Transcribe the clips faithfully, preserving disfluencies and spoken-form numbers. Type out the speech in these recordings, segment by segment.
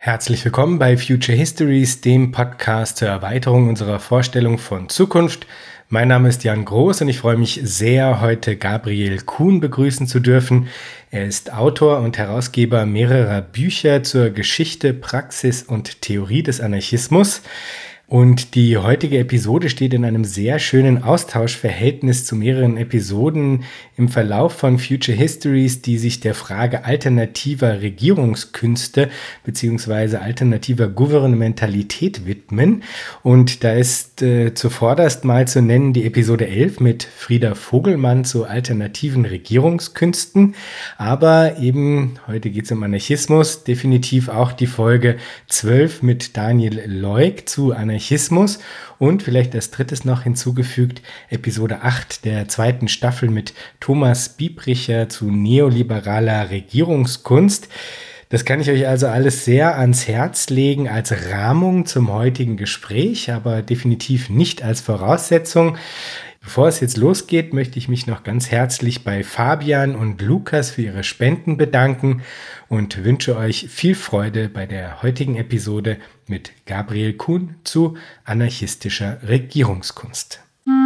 Herzlich willkommen bei Future Histories, dem Podcast zur Erweiterung unserer Vorstellung von Zukunft. Mein Name ist Jan Groß und ich freue mich sehr, heute Gabriel Kuhn begrüßen zu dürfen. Er ist Autor und Herausgeber mehrerer Bücher zur Geschichte, Praxis und Theorie des Anarchismus. Und die heutige Episode steht in einem sehr schönen Austauschverhältnis zu mehreren Episoden im Verlauf von Future Histories, die sich der Frage alternativer Regierungskünste bzw. alternativer Gouvernementalität widmen. Und da ist äh, zuvorderst mal zu nennen die Episode elf mit Frieda Vogelmann zu alternativen Regierungskünsten. Aber eben, heute geht es um Anarchismus, definitiv auch die Folge zwölf mit Daniel Leuk zu Anarchismus. Anarchismus und vielleicht als drittes noch hinzugefügt Episode acht der zweiten Staffel mit Thomas Biebricher zu neoliberaler Regierungskunst. Das kann ich euch also alles sehr ans Herz legen als Rahmung zum heutigen Gespräch, aber definitiv nicht als Voraussetzung. Bevor es jetzt losgeht, möchte ich mich noch ganz herzlich bei Fabian und Lukas für ihre Spenden bedanken und wünsche euch viel Freude bei der heutigen Episode mit Gabriel Kuhn zu anarchistischer Regierungskunst.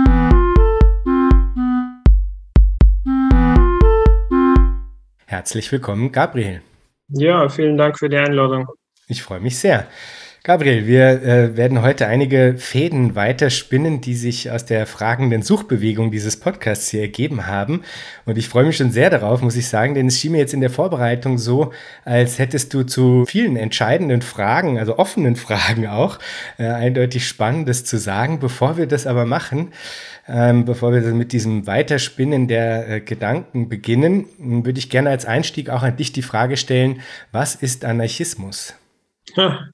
Herzlich willkommen, Gabriel. Ja, vielen Dank für die Einladung. Ich freue mich sehr. Gabriel, wir äh, werden heute einige Fäden weiterspinnen, die sich aus der fragenden Suchbewegung dieses Podcasts hier ergeben haben. Und ich freue mich schon sehr darauf, muss ich sagen, denn es schien mir jetzt in der Vorbereitung so, als hättest du zu vielen entscheidenden Fragen, also offenen Fragen auch, äh, eindeutig Spannendes zu sagen. Bevor wir das aber machen, ähm, bevor wir mit diesem Weiterspinnen der äh, Gedanken beginnen, würde ich gerne als Einstieg auch an dich die Frage stellen, was ist Anarchismus? Ha.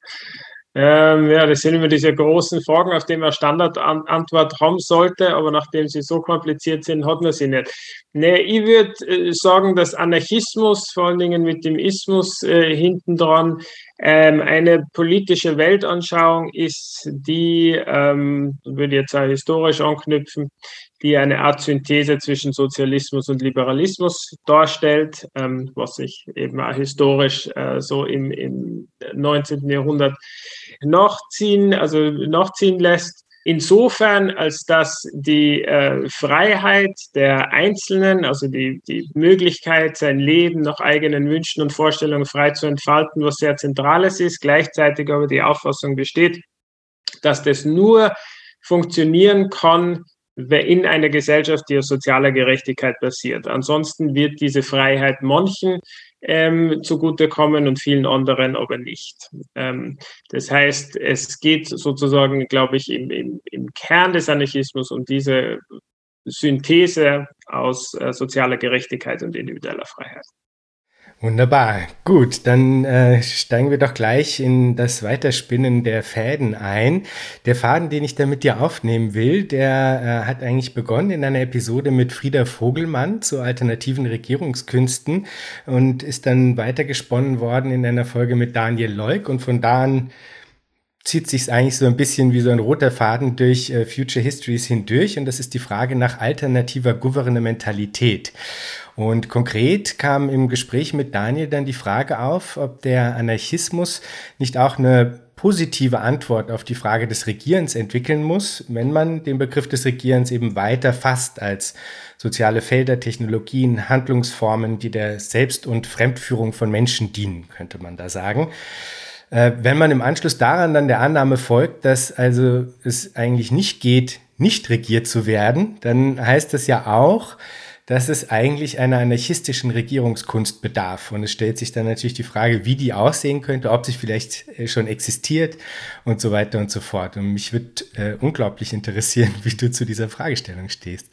Ähm, ja, das sind immer diese großen Fragen, auf die man Standardantwort haben sollte, aber nachdem sie so kompliziert sind, hat man sie nicht. Nee, ich würde äh, sagen, dass Anarchismus, vor allen Dingen mit dem Ismus äh, hinten dran, ähm, eine politische Weltanschauung ist, die, ähm, würde ich jetzt auch historisch anknüpfen, die eine Art Synthese zwischen Sozialismus und Liberalismus darstellt, ähm, was sich eben auch historisch äh, so im, im neunzehnten Jahrhundert nachziehen, also nachziehen lässt. Insofern, als dass die äh, Freiheit der Einzelnen, also die, die Möglichkeit, sein Leben nach eigenen Wünschen und Vorstellungen frei zu entfalten, was sehr Zentrales ist, gleichzeitig aber die Auffassung besteht, dass das nur funktionieren kann, in einer Gesellschaft, die auf sozialer Gerechtigkeit basiert. Ansonsten wird diese Freiheit manchen ähm, zugutekommen und vielen anderen aber nicht. Ähm, das heißt, es geht sozusagen, glaube ich, im, im, im Kern des Anarchismus um diese Synthese aus äh, sozialer Gerechtigkeit und individueller Freiheit. Wunderbar. Gut, dann äh, steigen wir doch gleich in das Weiterspinnen der Fäden ein. Der Faden, den ich da mit dir aufnehmen will, der äh, hat eigentlich begonnen in einer Episode mit Frieda Vogelmann zu alternativen Regierungskünsten und ist dann weitergesponnen worden in einer Folge mit Daniel Leuk, und von da an zieht sich eigentlich so ein bisschen wie so ein roter Faden durch äh, Future Histories hindurch, und das ist die Frage nach alternativer Gouvernementalität. Und konkret kam im Gespräch mit Daniel dann die Frage auf, ob der Anarchismus nicht auch eine positive Antwort auf die Frage des Regierens entwickeln muss, wenn man den Begriff des Regierens eben weiter fasst als soziale Felder, Technologien, Handlungsformen, die der Selbst- und Fremdführung von Menschen dienen, könnte man da sagen. Äh, wenn man im Anschluss daran dann der Annahme folgt, dass also es eigentlich nicht geht, nicht regiert zu werden, dann heißt das ja auch, dass es eigentlich einer anarchistischen Regierungskunst bedarf. Und es stellt sich dann natürlich die Frage, wie die aussehen könnte, ob sie vielleicht schon existiert und so weiter und so fort. Und mich würde äh, unglaublich interessieren, wie du zu dieser Fragestellung stehst.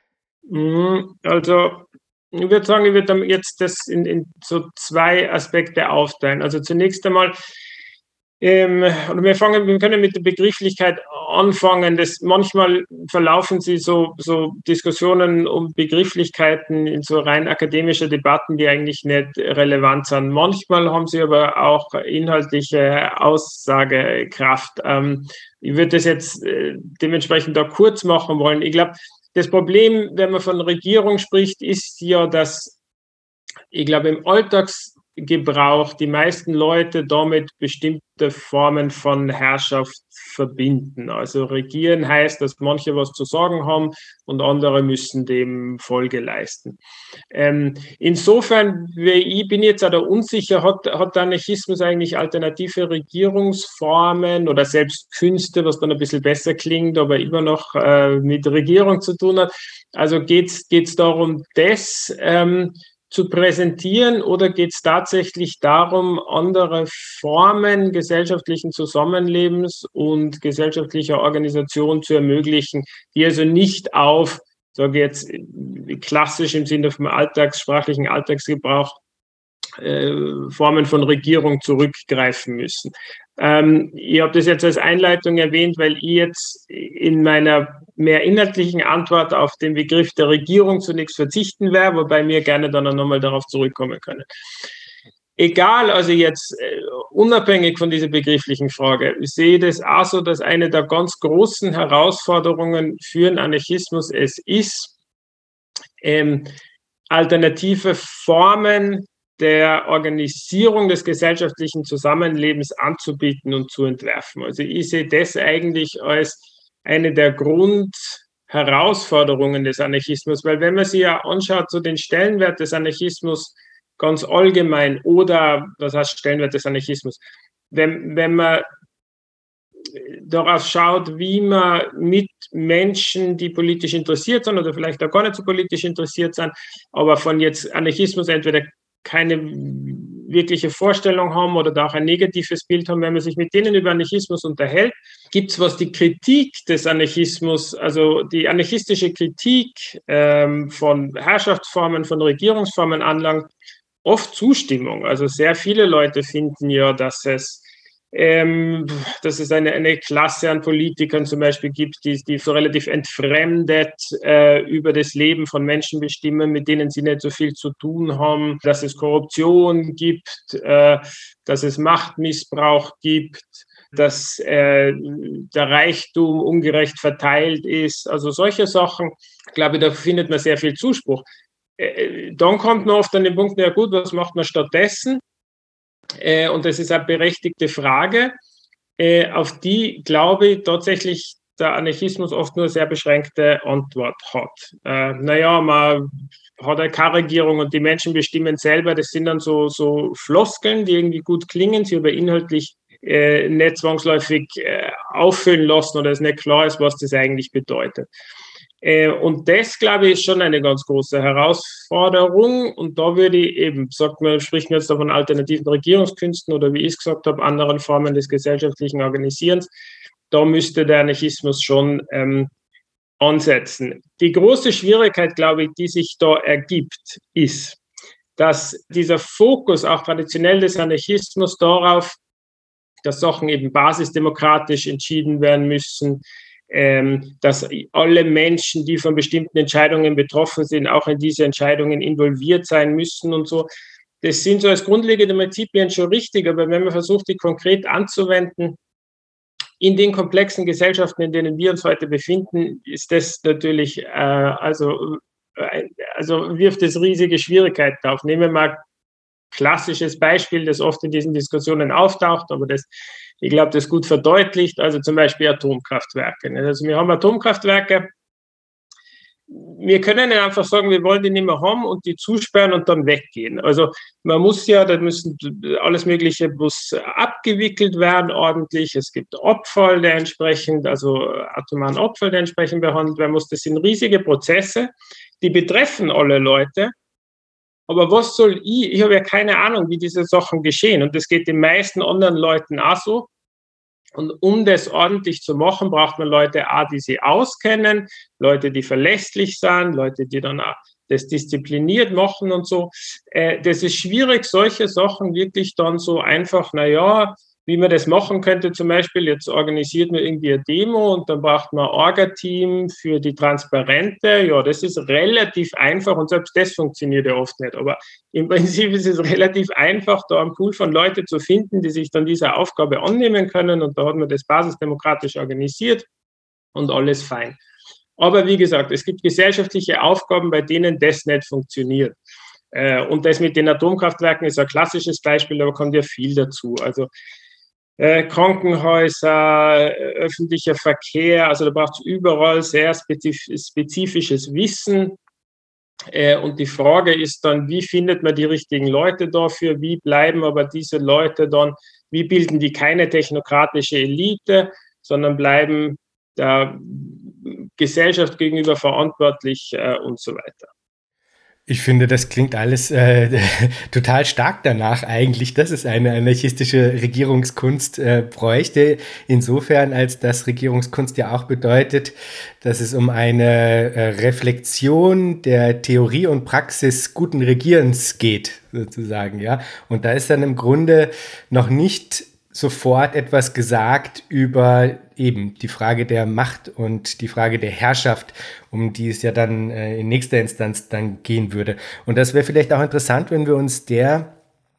Also ich würde sagen, ich würde jetzt das in, in so zwei Aspekte aufteilen. Also zunächst einmal, Ähm, oder wir fangen, wir können mit der Begrifflichkeit anfangen. Das, manchmal verlaufen sie so, so Diskussionen um Begrifflichkeiten in so rein akademische Debatten, die eigentlich nicht relevant sind. Manchmal haben sie aber auch inhaltliche Aussagekraft. Ähm, ich würde das jetzt äh, dementsprechend da kurz machen wollen. Ich glaube, das Problem, wenn man von Regierung spricht, ist ja, dass ich glaube, im Alltags Gebrauch die meisten Leute damit bestimmte Formen von Herrschaft verbinden. Also regieren heißt, dass manche was zu sagen haben und andere müssen dem Folge leisten. Ähm, insofern, ich bin jetzt auch da unsicher, hat, hat der Anarchismus eigentlich alternative Regierungsformen oder selbst Künste, was dann ein bisschen besser klingt, aber immer noch äh, mit Regierung zu tun hat. Also geht es darum, das ähm, zu präsentieren oder geht es tatsächlich darum, andere Formen gesellschaftlichen Zusammenlebens und gesellschaftlicher Organisation zu ermöglichen, die also nicht auf, sage ich jetzt klassisch im Sinne vom alltagssprachlichen Alltagsgebrauch, äh, Formen von Regierung zurückgreifen müssen. Ähm, ich habe das jetzt als Einleitung erwähnt, weil ich jetzt in meiner mehr inhaltlichen Antwort auf den Begriff der Regierung zunächst verzichten werde, wobei wir gerne dann nochmal darauf zurückkommen können. Egal, also jetzt äh, unabhängig von dieser begrifflichen Frage, ich sehe das auch so, dass eine der ganz großen Herausforderungen für den Anarchismus es ist, ähm, alternative Formen der Organisierung des gesellschaftlichen Zusammenlebens anzubieten und zu entwerfen. Also ich sehe das eigentlich als eine der Grundherausforderungen des Anarchismus, weil wenn man sich ja anschaut, so den Stellenwert des Anarchismus ganz allgemein oder, was heißt Stellenwert des Anarchismus, wenn, wenn man darauf schaut, wie man mit Menschen, die politisch interessiert sind oder vielleicht auch gar nicht so politisch interessiert sind, aber von jetzt Anarchismus entweder keine wirkliche Vorstellung haben oder da auch ein negatives Bild haben, wenn man sich mit denen über Anarchismus unterhält, gibt es, was die Kritik des Anarchismus, also die anarchistische Kritik ähm, von Herrschaftsformen, von Regierungsformen anlangt, oft Zustimmung. Also sehr viele Leute finden ja, dass es Ähm, dass es eine, eine Klasse an Politikern zum Beispiel gibt, die, die so relativ entfremdet äh, über das Leben von Menschen bestimmen, mit denen sie nicht so viel zu tun haben, dass es Korruption gibt, äh, dass es Machtmissbrauch gibt, dass äh, der Reichtum ungerecht verteilt ist. Also solche Sachen, glaube ich, da findet man sehr viel Zuspruch. Äh, dann kommt man oft an den Punkt, ja gut, was macht man stattdessen? Äh, und das ist eine berechtigte Frage, äh, auf die, glaube ich, tatsächlich der Anarchismus oft nur sehr beschränkte Antwort hat. Äh, naja, man hat eine K-Regierung und die Menschen bestimmen selber, das sind dann so, so Floskeln, die irgendwie gut klingen, sie aber inhaltlich äh, nicht zwangsläufig äh, auffüllen lassen oder es nicht klar ist, was das eigentlich bedeutet. Und das, glaube ich, ist schon eine ganz große Herausforderung. Und da würde ich eben, sagt man, spricht man jetzt von alternativen Regierungskünsten oder wie ich es gesagt habe, anderen Formen des gesellschaftlichen Organisierens. Da müsste der Anarchismus schon ähm, ansetzen. Die große Schwierigkeit, glaube ich, die sich da ergibt, ist, dass dieser Fokus auch traditionell des Anarchismus darauf, dass Sachen eben basisdemokratisch entschieden werden müssen, Ähm, dass alle Menschen, die von bestimmten Entscheidungen betroffen sind, auch in diese Entscheidungen involviert sein müssen und so. Das sind so als grundlegende Prinzipien schon richtig, aber wenn man versucht, die konkret anzuwenden, in den komplexen Gesellschaften, in denen wir uns heute befinden, ist das natürlich, äh, also, äh, also wirft es riesige Schwierigkeiten auf. Nehmen wir mal klassisches Beispiel, das oft in diesen Diskussionen auftaucht, aber das, ich glaube, das gut verdeutlicht, also zum Beispiel Atomkraftwerke. Also wir haben Atomkraftwerke, wir können nicht einfach sagen, wir wollen die nicht mehr haben und die zusperren und dann weggehen. Also man muss ja, da müssen alles Mögliche muss abgewickelt werden ordentlich. Es gibt Abfall, der entsprechend, also atomaren Abfall, der entsprechend behandelt werden muss. Das sind riesige Prozesse, die betreffen alle Leute. Aber was soll ich? Ich habe ja keine Ahnung, wie diese Sachen geschehen. Und das geht den meisten anderen Leuten auch so. Und um das ordentlich zu machen, braucht man Leute, A, die sich auskennen, Leute, die verlässlich sind, Leute, die dann auch das diszipliniert machen und so. Äh, das ist schwierig, solche Sachen wirklich dann so einfach, naja, wie man das machen könnte, zum Beispiel, jetzt organisiert man irgendwie eine Demo und dann braucht man ein Orga-Team für die Transparente. Ja, das ist relativ einfach und selbst das funktioniert ja oft nicht. Aber im Prinzip ist es relativ einfach, da einen Pool von Leuten zu finden, die sich dann dieser Aufgabe annehmen können und da hat man das basisdemokratisch organisiert und alles fein. Aber wie gesagt, es gibt gesellschaftliche Aufgaben, bei denen das nicht funktioniert. Äh, und das mit den Atomkraftwerken ist ein klassisches Beispiel, aber kommt ja viel dazu. Also äh, Krankenhäuser, äh, öffentlicher Verkehr, also da braucht es überall sehr spezif- spezifisches Wissen. Äh, und die Frage ist dann, wie findet man die richtigen Leute dafür? Wie bleiben aber diese Leute dann, wie bilden die keine technokratische Elite, sondern bleiben der Gesellschaft gegenüber verantwortlich äh, und so weiter. Ich finde, das klingt alles äh, total stark danach eigentlich, dass es eine anarchistische Regierungskunst äh, bräuchte. Insofern, als dass Regierungskunst ja auch bedeutet, dass es um eine äh, Reflexion der Theorie und Praxis guten Regierens geht, sozusagen, ja. Und da ist dann im Grunde noch nicht sofort etwas gesagt über eben die Frage der Macht und die Frage der Herrschaft, um die es ja dann äh, in nächster Instanz dann gehen würde. Und das wäre vielleicht auch interessant, wenn wir uns der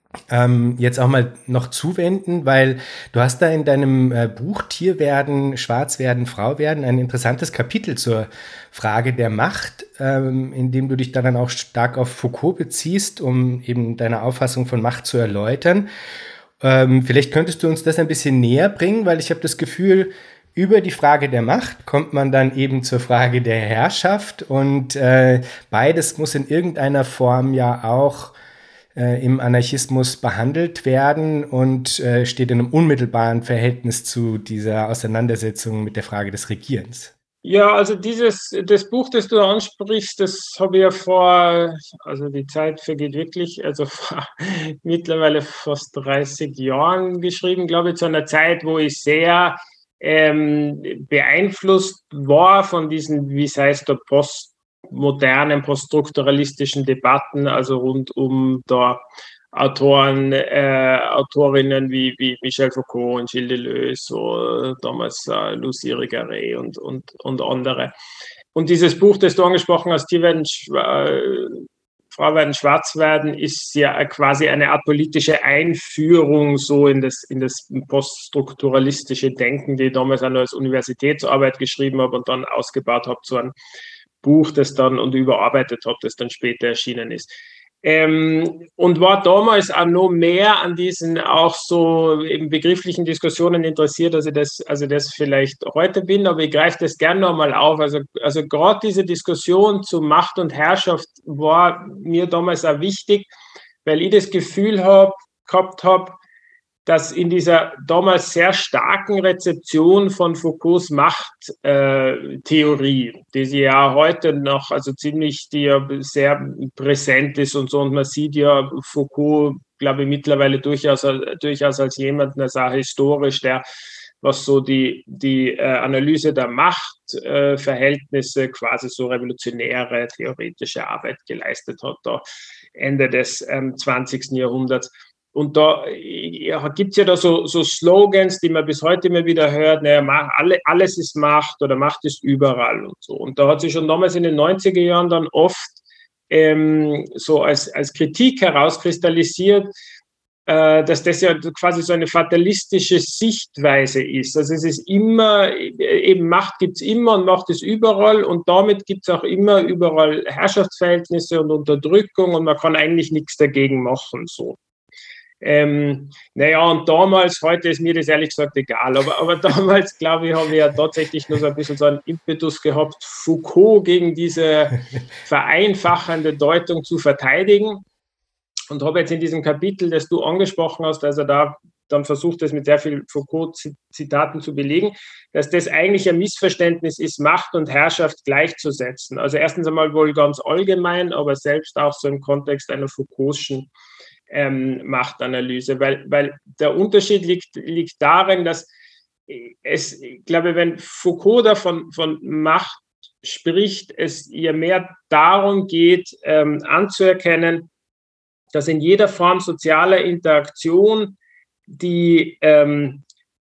ähm, jetzt auch mal noch zuwenden, weil du hast da in deinem äh, Buch Tier werden, Schwarz werden, Frau werden ein interessantes Kapitel zur Frage der Macht, ähm, in dem du dich dann auch stark auf Foucault beziehst, um eben deine Auffassung von Macht zu erläutern. Ähm, vielleicht könntest du uns das ein bisschen näher bringen, weil ich habe das Gefühl, über die Frage der Macht kommt man dann eben zur Frage der Herrschaft und äh, beides muss in irgendeiner Form ja auch äh, im Anarchismus behandelt werden und äh, steht in einem unmittelbaren Verhältnis zu dieser Auseinandersetzung mit der Frage des Regierens. Ja, also dieses, das Buch, das du ansprichst, das habe ich ja vor, also die Zeit vergeht wirklich, also vor mittlerweile fast dreißig Jahren geschrieben, glaube ich, zu einer Zeit, wo ich sehr ähm, beeinflusst war von diesen, wie es heißt, der postmodernen, poststrukturalistischen Debatten, also rund um da Autoren, äh, Autorinnen wie, wie Michel Foucault und Gilles Deleuze, oder damals äh, Lucie Irigaray und, und, und andere. Und dieses Buch, das du angesprochen hast, Tier werden, äh, Frau werden, Schwarz werden, ist ja quasi eine Art politische Einführung so in das, in das poststrukturalistische Denken, die ich damals auch noch als Universitätsarbeit geschrieben habe und dann ausgebaut habe zu einem Buch, das dann und überarbeitet habe, das dann später erschienen ist. Ähm, und war damals auch noch mehr an diesen auch so eben begrifflichen Diskussionen interessiert, als ich das, also das vielleicht heute bin, aber ich greife das gerne nochmal auf. Also, also gerade diese Diskussion zu Macht und Herrschaft war mir damals auch wichtig, weil ich das Gefühl hab, gehabt habe, dass in dieser damals sehr starken Rezeption von Foucaults Machttheorie, äh, die sie ja heute noch, also ziemlich, die ja sehr präsent ist und so, und man sieht ja Foucault, glaube ich, mittlerweile durchaus, durchaus als jemand, als auch historisch, der was so die, die äh, Analyse der Machtverhältnisse, äh, quasi so revolutionäre theoretische Arbeit geleistet hat, da Ende des ähm, zwanzigsten Jahrhunderts. Und da ja, gibt es ja da so, so Slogans, die man bis heute immer wieder hört, naja, alle, alles ist Macht oder Macht ist überall und so. Und da hat sich schon damals in den neunziger Jahren dann oft ähm, so als, als Kritik herauskristallisiert, äh, dass das ja quasi so eine fatalistische Sichtweise ist. Also es ist immer, eben Macht gibt es immer und Macht ist überall und damit gibt es auch immer überall Herrschaftsverhältnisse und Unterdrückung und man kann eigentlich nichts dagegen machen, so. Ähm, naja, und damals, heute ist mir das ehrlich gesagt egal, aber, aber damals, glaube ich, habe ich ja tatsächlich nur so ein bisschen so einen Impetus gehabt, Foucault gegen diese vereinfachende Deutung zu verteidigen und habe jetzt in diesem Kapitel, das du angesprochen hast, also da dann versucht, das mit sehr vielen Foucault-Zitaten zu belegen, dass das eigentlich ein Missverständnis ist, Macht und Herrschaft gleichzusetzen. Also erstens einmal wohl ganz allgemein, aber selbst auch so im Kontext einer Foucault'schen Ähm, Machtanalyse, weil, weil der Unterschied liegt, liegt darin, dass es, ich glaube, wenn Foucault davon von Macht spricht, es ihr mehr darum geht, ähm, anzuerkennen, dass in jeder Form sozialer Interaktion die ähm,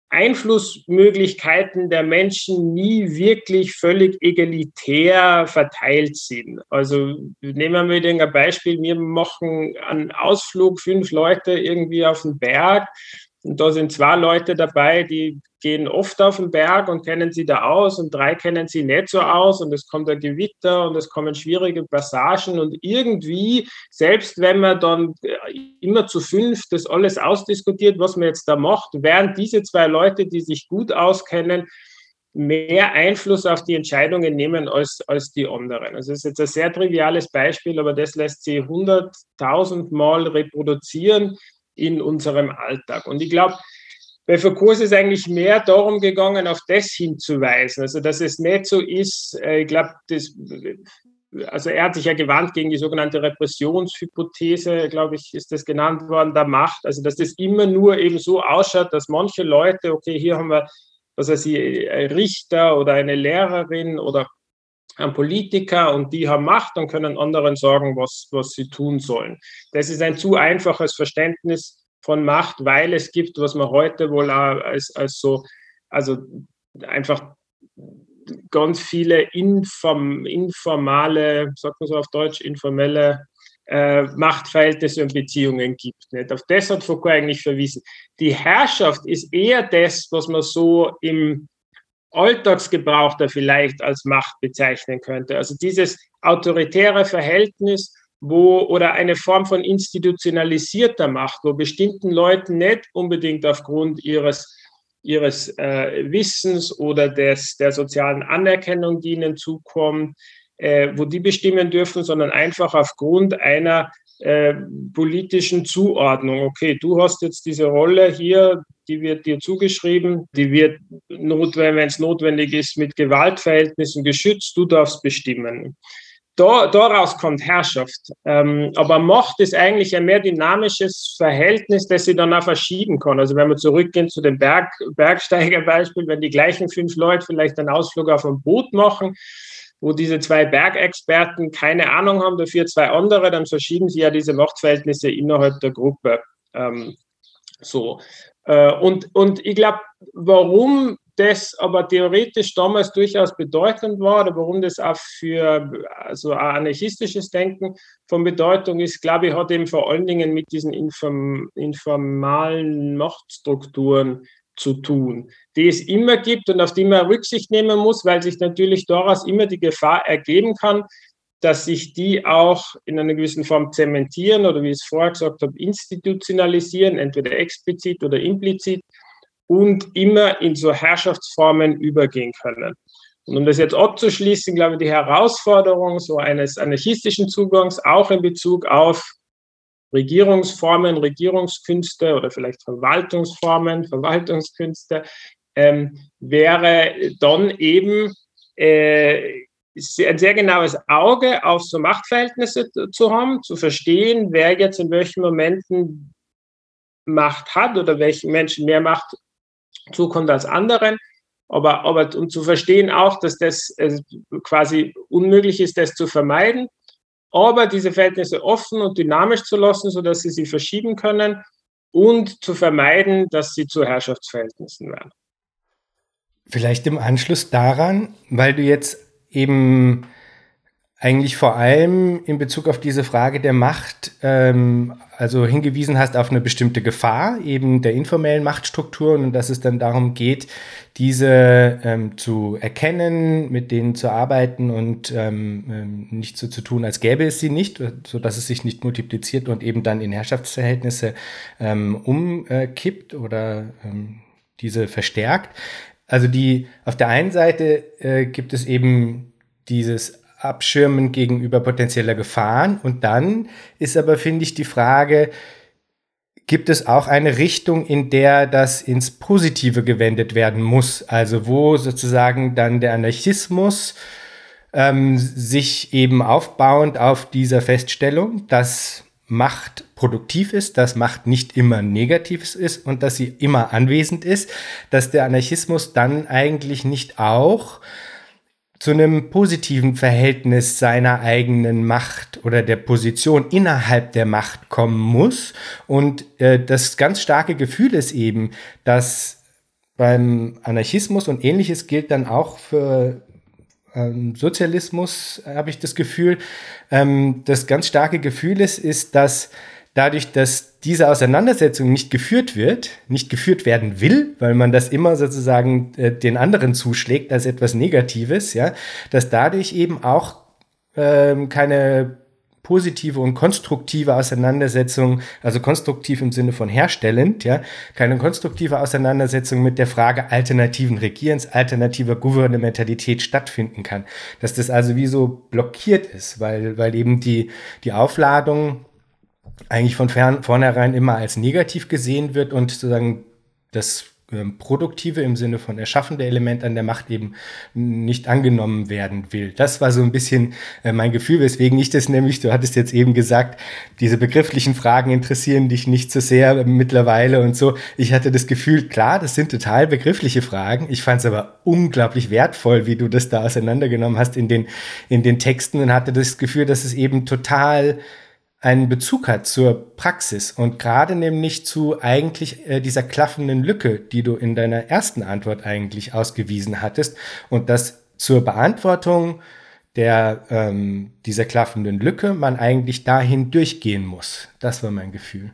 Einflussmöglichkeiten der Menschen nie wirklich völlig egalitär verteilt sind. Also nehmen wir mal ein Beispiel, wir machen einen Ausflug, fünf Leute irgendwie auf den Berg Und da sind zwei Leute dabei, die gehen oft auf den Berg und kennen sie da aus und drei kennen sie nicht so aus und es kommt ein Gewitter und es kommen schwierige Passagen und irgendwie, selbst wenn man dann immer zu fünf das alles ausdiskutiert, was man jetzt da macht, während diese zwei Leute, die sich gut auskennen, mehr Einfluss auf die Entscheidungen nehmen als, als die anderen. Also das ist jetzt ein sehr triviales Beispiel, aber das lässt sich hunderttausend Mal reproduzieren in unserem Alltag. Und ich glaube, bei Foucault ist es eigentlich mehr darum gegangen, auf das hinzuweisen. Also, dass es nicht so ist, ich glaube, das, also er hat sich ja gewandt gegen die sogenannte Repressionshypothese, glaube ich, ist das genannt worden, der Macht. Also, dass das immer nur eben so ausschaut, dass manche Leute, okay, hier haben wir, was weiß ich, ein Richter oder eine Lehrerin oder ein Politiker und die haben Macht und können anderen sagen, was, was sie tun sollen. Das ist ein zu einfaches Verständnis von Macht, weil es gibt, was man heute wohl auch als, als so, also einfach ganz viele inform, informale, sagt man so auf Deutsch, informelle äh, Machtverhältnisse und Beziehungen gibt. Nicht? Auf das hat Foucault eigentlich verwiesen. Die Herrschaft ist eher das, was man so im Alltagsgebrauch da vielleicht als Macht bezeichnen könnte. Also dieses autoritäre Verhältnis, wo oder eine Form von institutionalisierter Macht, wo bestimmten Leuten nicht unbedingt aufgrund ihres, ihres äh, Wissens oder des, der sozialen Anerkennung, die ihnen zukommt, äh, wo die bestimmen dürfen, sondern einfach aufgrund einer äh, politischen Zuordnung. Okay, du hast jetzt diese Rolle hier, die wird dir zugeschrieben, die wird, notwendig, wenn es notwendig ist, mit Gewaltverhältnissen geschützt, du darfst bestimmen. Da, daraus kommt Herrschaft. Ähm, aber Macht ist eigentlich ein mehr dynamisches Verhältnis, das sie dann auch verschieben kann. Also wenn wir zurückgehen zu dem Berg, Bergsteigerbeispiel, wenn die gleichen fünf Leute vielleicht einen Ausflug auf ein Boot machen, wo diese zwei Bergexperten keine Ahnung haben, dafür zwei andere, dann verschieben sie ja diese Machtverhältnisse innerhalb der Gruppe. Ähm, so. Äh, und, und ich glaube, warum das aber theoretisch damals durchaus bedeutend war oder warum das auch für also auch anarchistisches Denken von Bedeutung ist, glaube ich, hat eben vor allen Dingen mit diesen inform, informalen Machtstrukturen zu tun, die es immer gibt und auf die man Rücksicht nehmen muss, weil sich natürlich daraus immer die Gefahr ergeben kann, dass sich die auch in einer gewissen Form zementieren oder, wie ich es vorher gesagt habe, institutionalisieren, entweder explizit oder implizit, und immer in so Herrschaftsformen übergehen können. Und um das jetzt abzuschließen, glaube ich, die Herausforderung so eines anarchistischen Zugangs, auch in Bezug auf Regierungsformen, Regierungskünste oder vielleicht Verwaltungsformen, Verwaltungskünste, ähm, wäre dann eben äh, ein sehr genaues Auge auf so Machtverhältnisse zu haben, zu verstehen, wer jetzt in welchen Momenten Macht hat oder welchen Menschen mehr Macht zukommt als anderen, aber, aber um zu verstehen auch, dass das äh, quasi unmöglich ist, das zu vermeiden, aber diese Verhältnisse offen und dynamisch zu lassen, sodass sie sich verschieben können und zu vermeiden, dass sie zu Herrschaftsverhältnissen werden. Vielleicht im Anschluss daran, weil du jetzt eben eigentlich vor allem in Bezug auf diese Frage der Macht ähm, also hingewiesen hast auf eine bestimmte Gefahr eben der informellen Machtstrukturen und dass es dann darum geht, diese ähm, zu erkennen, mit denen zu arbeiten und ähm, nicht so zu tun, als gäbe es sie nicht, sodass es sich nicht multipliziert und eben dann in Herrschaftsverhältnisse ähm, umkippt oder ähm, diese verstärkt. Also die auf der einen Seite äh, gibt es eben dieses Abschirmen gegenüber potenzieller Gefahren. Und dann ist aber, finde ich, die Frage, gibt es auch eine Richtung, in der das ins Positive gewendet werden muss? Also wo sozusagen dann der Anarchismus ähm, sich eben aufbauend auf dieser Feststellung, dass Macht produktiv ist, dass Macht nicht immer negativ ist und dass sie immer anwesend ist, dass der Anarchismus dann eigentlich nicht auch zu einem positiven Verhältnis seiner eigenen Macht oder der Position innerhalb der Macht kommen muss. Und äh, das ganz starke Gefühl ist eben, dass beim Anarchismus und Ähnliches gilt dann auch für ähm, Sozialismus, habe ich das Gefühl, ähm, das ganz starke Gefühl ist, ist, dass dadurch, dass diese Auseinandersetzung nicht geführt wird, nicht geführt werden will, weil man das immer sozusagen äh, den anderen zuschlägt als etwas Negatives, ja, dass dadurch eben auch ähm, keine positive und konstruktive Auseinandersetzung, also konstruktiv im Sinne von herstellend, ja, keine konstruktive Auseinandersetzung mit der Frage alternativen Regierens, alternativer Gouvernementalität stattfinden kann. Dass das also wie so blockiert ist, weil, weil eben die, die Aufladung eigentlich von fern, vornherein immer als negativ gesehen wird und sozusagen das ähm, produktive im Sinne von erschaffende Element an der Macht eben nicht angenommen werden will. Das war so ein bisschen äh, mein Gefühl, weswegen ich das nämlich, du hattest jetzt eben gesagt, diese begrifflichen Fragen interessieren dich nicht so sehr äh, mittlerweile und so. Ich hatte das Gefühl, klar, das sind total begriffliche Fragen. Ich fand es aber unglaublich wertvoll, wie du das da auseinandergenommen hast in den, in den Texten und hatte das Gefühl, dass es eben total einen Bezug hat zur Praxis und gerade nämlich zu eigentlich äh, dieser klaffenden Lücke, die du in deiner ersten Antwort eigentlich ausgewiesen hattest und dass zur Beantwortung der, ähm, dieser klaffenden Lücke man eigentlich dahin durchgehen muss. Das war mein Gefühl.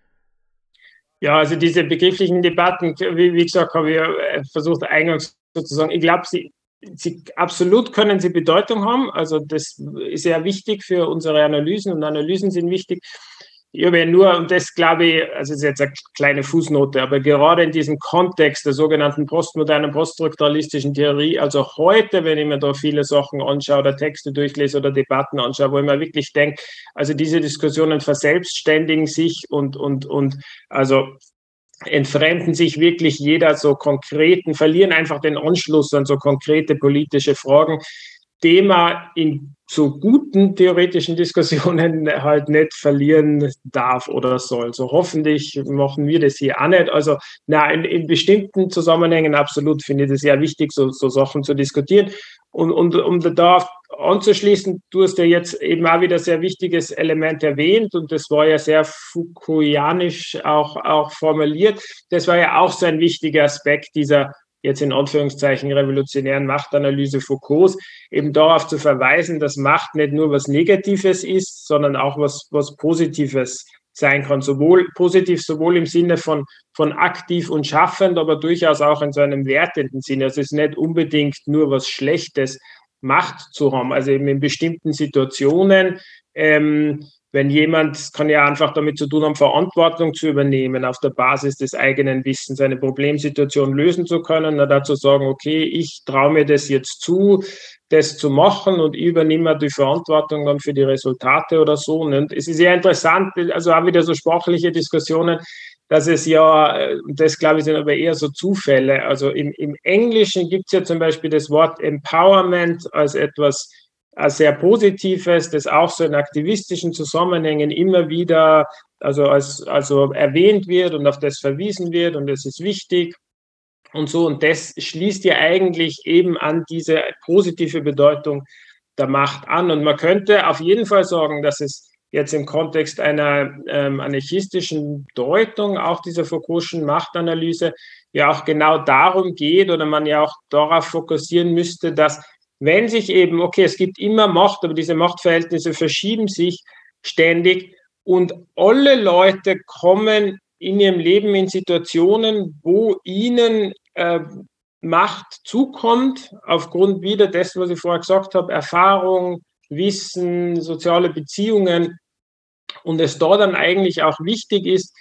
Ja, also diese begrifflichen Debatten, wie, wie gesagt, habe ich ja versucht eingangs sozusagen, ich glaube, sie Sie, absolut können sie Bedeutung haben, also das ist ja wichtig für unsere Analysen und Analysen sind wichtig. Ich habe ja nur, und das glaube ich, also das ist jetzt eine kleine Fußnote, aber gerade in diesem Kontext der sogenannten postmodernen, poststrukturalistischen Theorie, also heute, wenn ich mir da viele Sachen anschaue oder Texte durchlese oder Debatten anschaue, wo ich mir wirklich denke, also diese Diskussionen verselbstständigen sich und, und, und also entfremden sich wirklich jeder so konkreten, verlieren einfach den Anschluss an so konkrete politische Fragen, die man in so guten theoretischen Diskussionen halt nicht verlieren darf oder soll. So hoffentlich machen wir das hier auch nicht. Also na, in, in bestimmten Zusammenhängen absolut finde ich das sehr wichtig, so, so Sachen zu diskutieren. Und, und um da anzuschließen, du hast ja jetzt eben auch wieder sehr wichtiges Element erwähnt und das war ja sehr Foucaultianisch auch, auch formuliert. Das war ja auch so ein wichtiger Aspekt dieser jetzt in Anführungszeichen revolutionären Machtanalyse Foucaults, eben darauf zu verweisen, dass Macht nicht nur was Negatives ist, sondern auch was, was Positives sein kann. Sowohl positiv, sowohl im Sinne von, von aktiv und schaffend, aber durchaus auch in so einem wertenden Sinne. Also es ist nicht unbedingt nur was Schlechtes, Macht zu haben. Also eben in bestimmten Situationen, ähm, wenn jemand, kann ja einfach damit zu tun haben, Verantwortung zu übernehmen, auf der Basis des eigenen Wissens eine Problemsituation lösen zu können, na, dazu sagen, okay, ich traue mir das jetzt zu, das zu machen und ich übernehme die Verantwortung dann für die Resultate oder so. Und es ist sehr interessant, also auch wieder so sprachliche Diskussionen, dass es ja, das glaube ich sind aber eher so Zufälle, also im, im Englischen gibt es ja zum Beispiel das Wort Empowerment als etwas als sehr Positives, das auch so in aktivistischen Zusammenhängen immer wieder also, als, also erwähnt wird und auf das verwiesen wird und das ist wichtig und so. Und das schließt ja eigentlich eben an diese positive Bedeutung der Macht an. Und man könnte auf jeden Fall sagen, dass es jetzt im Kontext einer ähm, anarchistischen Deutung auch dieser Foucault'schen Machtanalyse ja auch genau darum geht oder man ja auch darauf fokussieren müsste, dass wenn sich eben, okay, es gibt immer Macht, aber diese Machtverhältnisse verschieben sich ständig und alle Leute kommen in ihrem Leben in Situationen, wo ihnen äh, Macht zukommt, aufgrund wieder dessen, was ich vorher gesagt habe, Erfahrung, Wissen, soziale Beziehungen und es da dann eigentlich auch wichtig ist,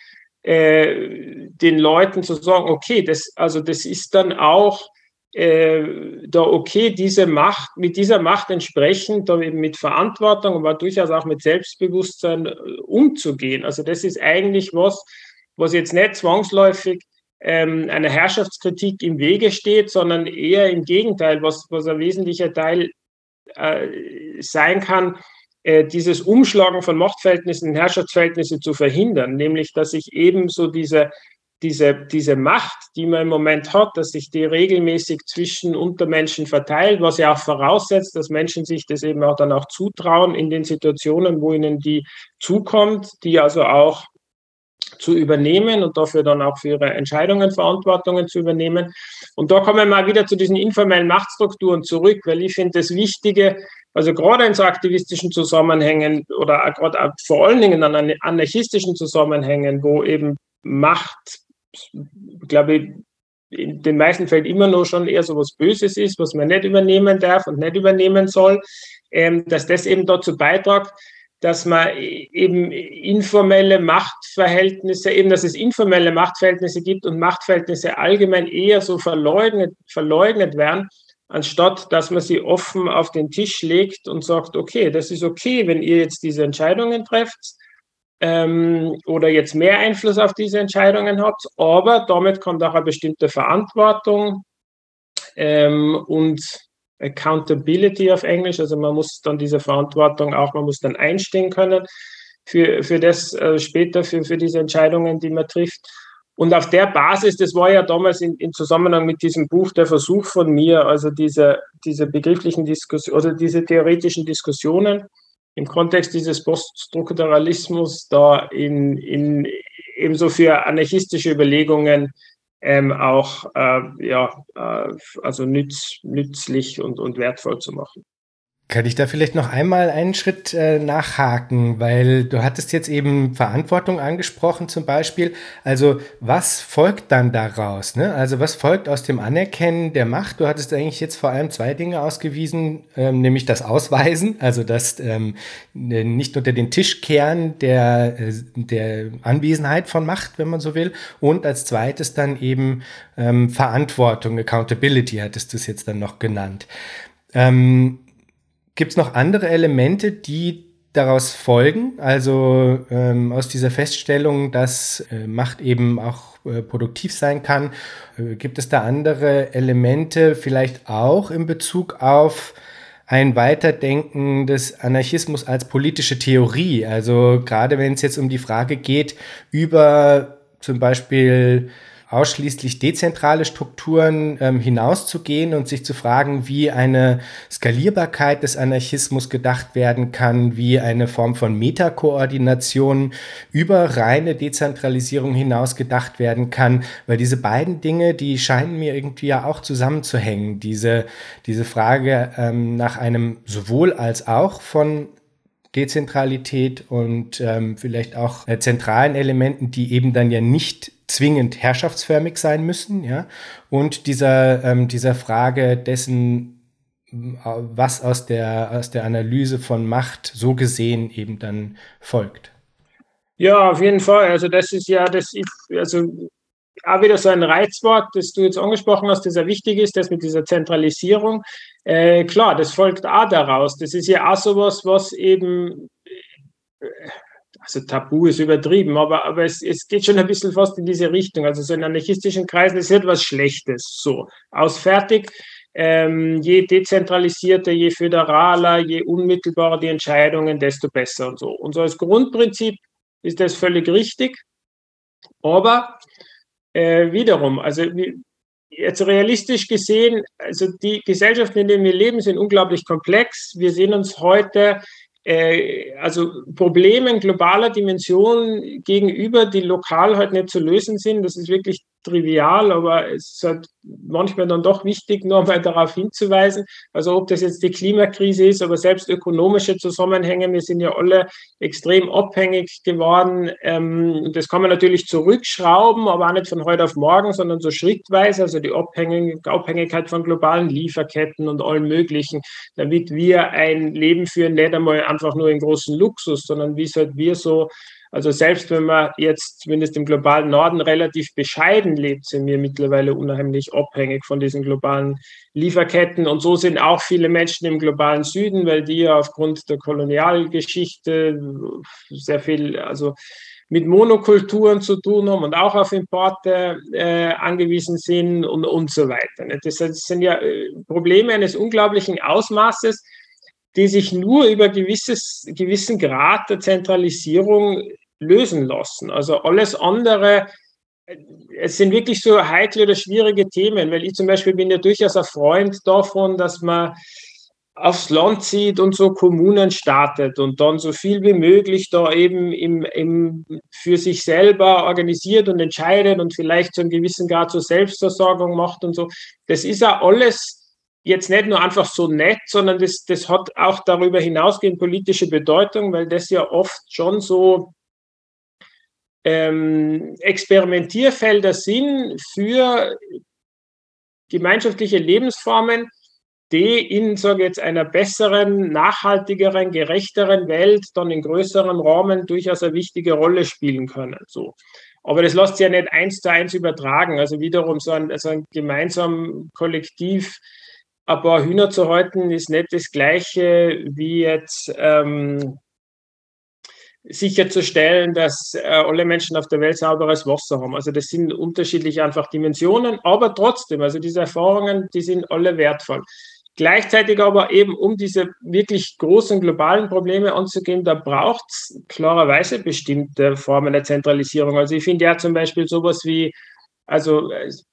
äh, den Leuten zu sagen, okay, das, also das ist dann auch Äh, da okay, diese Macht, mit dieser Macht entsprechend, da eben mit Verantwortung, aber durchaus auch mit Selbstbewusstsein äh, umzugehen. Also das ist eigentlich was, was jetzt nicht zwangsläufig ähm, einer Herrschaftskritik im Wege steht, sondern eher im Gegenteil, was, was ein wesentlicher Teil äh, sein kann, äh, dieses Umschlagen von Machtverhältnissen in Herrschaftsverhältnisse zu verhindern, nämlich dass sich eben so diese Diese, diese Macht, die man im Moment hat, dass sich die regelmäßig zwischen Untermenschen verteilt, was ja auch voraussetzt, dass Menschen sich das eben auch dann auch zutrauen in den Situationen, wo ihnen die zukommt, die also auch zu übernehmen und dafür dann auch für ihre Entscheidungen Verantwortungen zu übernehmen. Und da kommen wir mal wieder zu diesen informellen Machtstrukturen zurück, weil ich finde, das Wichtige, also gerade in so aktivistischen Zusammenhängen oder auch gerade vor allen Dingen an anarchistischen Zusammenhängen, wo eben Macht, glaube ich, in den meisten Fällen immer noch schon eher so was Böses ist, was man nicht übernehmen darf und nicht übernehmen soll, ähm, dass das eben dazu beiträgt, dass man eben informelle Machtverhältnisse, eben dass es informelle Machtverhältnisse gibt und Machtverhältnisse allgemein eher so verleugnet, verleugnet werden, anstatt dass man sie offen auf den Tisch legt und sagt, okay, das ist okay, wenn ihr jetzt diese Entscheidungen trefft, ähm, oder jetzt mehr Einfluss auf diese Entscheidungen habt, aber damit kommt auch eine bestimmte Verantwortung ähm, und Accountability auf Englisch, also man muss dann diese Verantwortung auch, man muss dann einstehen können für, für das äh, später, für, für diese Entscheidungen, die man trifft. Und auf der Basis, das war ja damals in, in Zusammenhang mit diesem Buch der Versuch von mir, also diese, diese begrifflichen Diskussionen oder diese theoretischen Diskussionen, im Kontext dieses Poststrukturalismus da in, in ebenso für anarchistische Überlegungen ähm, auch äh, ja, äh, also nütz, nützlich und, und wertvoll zu machen. Kann ich da vielleicht noch einmal einen Schritt äh, nachhaken, weil du hattest jetzt eben Verantwortung angesprochen zum Beispiel. Also was folgt dann daraus? Ne? Also was folgt aus dem Anerkennen der Macht? Du hattest eigentlich jetzt vor allem zwei Dinge ausgewiesen, ähm, nämlich das Ausweisen, also das ähm, nicht unter den Tisch kehren der, der Anwesenheit von Macht, wenn man so will. Und als zweites dann eben ähm, Verantwortung, Accountability hattest du es jetzt dann noch genannt. Ähm, Gibt es noch andere Elemente, die daraus folgen? Also ähm, aus dieser Feststellung, dass äh, Macht eben auch äh, produktiv sein kann. Äh, gibt es da andere Elemente, vielleicht auch in Bezug auf ein Weiterdenken des Anarchismus als politische Theorie? Also gerade wenn es jetzt um die Frage geht, über zum Beispiel ausschließlich dezentrale Strukturen ähm, hinauszugehen und sich zu fragen, wie eine Skalierbarkeit des Anarchismus gedacht werden kann, wie eine Form von Metakoordination über reine Dezentralisierung hinaus gedacht werden kann, weil diese beiden Dinge, die scheinen mir irgendwie ja auch zusammenzuhängen. Diese, diese Frage ähm, nach einem sowohl als auch von Dezentralität und ähm, vielleicht auch äh, zentralen Elementen, die eben dann ja nicht zwingend herrschaftsförmig sein müssen, ja, und dieser, ähm, dieser Frage dessen, was aus der, aus der Analyse von Macht so gesehen eben dann folgt. Ja, auf jeden Fall. Also das ist ja, das ist, also auch wieder so ein Reizwort, das du jetzt angesprochen hast, das ja wichtig ist, das mit dieser Zentralisierung. Äh, klar, das folgt auch daraus. Das ist ja auch sowas, was eben, also Tabu ist übertrieben, aber, aber es, es geht schon ein bisschen fast in diese Richtung. Also so in anarchistischen Kreisen ist etwas Schlechtes, so, aus fertig. Ähm, je dezentralisierter, je föderaler, je unmittelbarer die Entscheidungen, desto besser und so. Und so als Grundprinzip ist das völlig richtig. Aber äh, wiederum, also jetzt realistisch gesehen, also die Gesellschaften, in denen wir leben, sind unglaublich komplex. Wir sehen uns heute äh, also Problemen globaler Dimension gegenüber, die lokal halt nicht zu lösen sind. Das ist wirklich trivial, aber es ist halt manchmal dann doch wichtig, nochmal darauf hinzuweisen. Also ob das jetzt die Klimakrise ist, aber selbst ökonomische Zusammenhänge, wir sind ja alle extrem abhängig geworden. Ähm, das kann man natürlich zurückschrauben, aber auch nicht von heute auf morgen, sondern so schrittweise, also die Abhängig Abhängigkeit von globalen Lieferketten und allen möglichen, damit wir ein Leben führen, nicht einmal einfach nur in großen Luxus, sondern wie es halt wir so, also selbst wenn man jetzt zumindest im globalen Norden relativ bescheiden lebt, sind wir mittlerweile unheimlich abhängig von diesen globalen Lieferketten. Und so sind auch viele Menschen im globalen Süden, weil die ja aufgrund der Kolonialgeschichte sehr viel, also mit Monokulturen zu tun haben und auch auf Importe äh, angewiesen sind und, und so weiter. Das sind ja Probleme eines unglaublichen Ausmaßes, die sich nur über gewisses, gewissen Grad der Zentralisierung lösen lassen. Also alles andere, es sind wirklich so heikle oder schwierige Themen, weil ich zum Beispiel bin ja durchaus ein Freund davon, dass man aufs Land zieht und so Kommunen startet und dann so viel wie möglich da eben im, im, für sich selber organisiert und entscheidet und vielleicht zu einem gewissen Grad zur Selbstversorgung macht und so. Das ist ja alles jetzt nicht nur einfach so nett, sondern das, das hat auch darüber hinausgehend politische Bedeutung, weil das ja oft schon so ähm, Experimentierfelder sind für gemeinschaftliche Lebensformen, die in, sage ich jetzt, einer besseren, nachhaltigeren, gerechteren Welt dann in größerem Rahmen durchaus eine wichtige Rolle spielen können. So. Aber das lässt sich ja nicht eins zu eins übertragen. Also wiederum so ein, so ein gemeinsam Kollektiv ein paar Hühner zu halten, ist nicht das Gleiche wie jetzt ähm, sicherzustellen, dass äh, alle Menschen auf der Welt sauberes Wasser haben. Also das sind unterschiedliche einfach Dimensionen, aber trotzdem, also diese Erfahrungen, die sind alle wertvoll. Gleichzeitig aber eben, um diese wirklich großen globalen Probleme anzugehen, da braucht es klarerweise bestimmte Formen der Zentralisierung. Also ich finde ja zum Beispiel sowas wie, also es,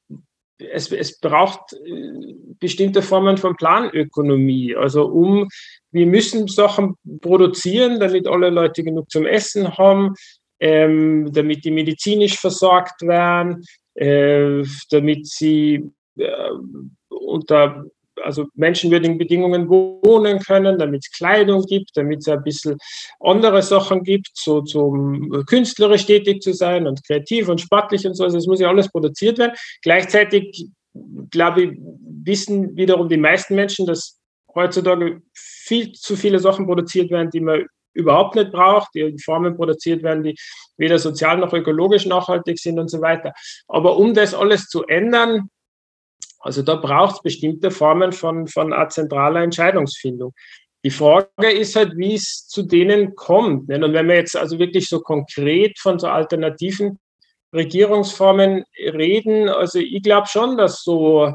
es, es braucht bestimmte Formen von Planökonomie. Also um, wir müssen Sachen produzieren, damit alle Leute genug zum Essen haben, ähm, damit die medizinisch versorgt werden, äh, damit sie äh, unter also menschenwürdigen Bedingungen wohnen können, damit es Kleidung gibt, damit es ein bisschen andere Sachen gibt, so zum künstlerisch tätig zu sein und kreativ und sportlich und so. Also das muss ja alles produziert werden. Gleichzeitig, glaube ich, wissen wiederum die meisten Menschen, dass heutzutage viel zu viele Sachen produziert werden, die man überhaupt nicht braucht, die in Formen produziert werden, die weder sozial noch ökologisch nachhaltig sind und so weiter. Aber um das alles zu ändern, also da braucht es bestimmte Formen von, von einer zentraler Entscheidungsfindung. Die Frage ist halt, wie es zu denen kommt. Und wenn wir jetzt also wirklich so konkret von so alternativen Regierungsformen reden, also ich glaube schon, dass so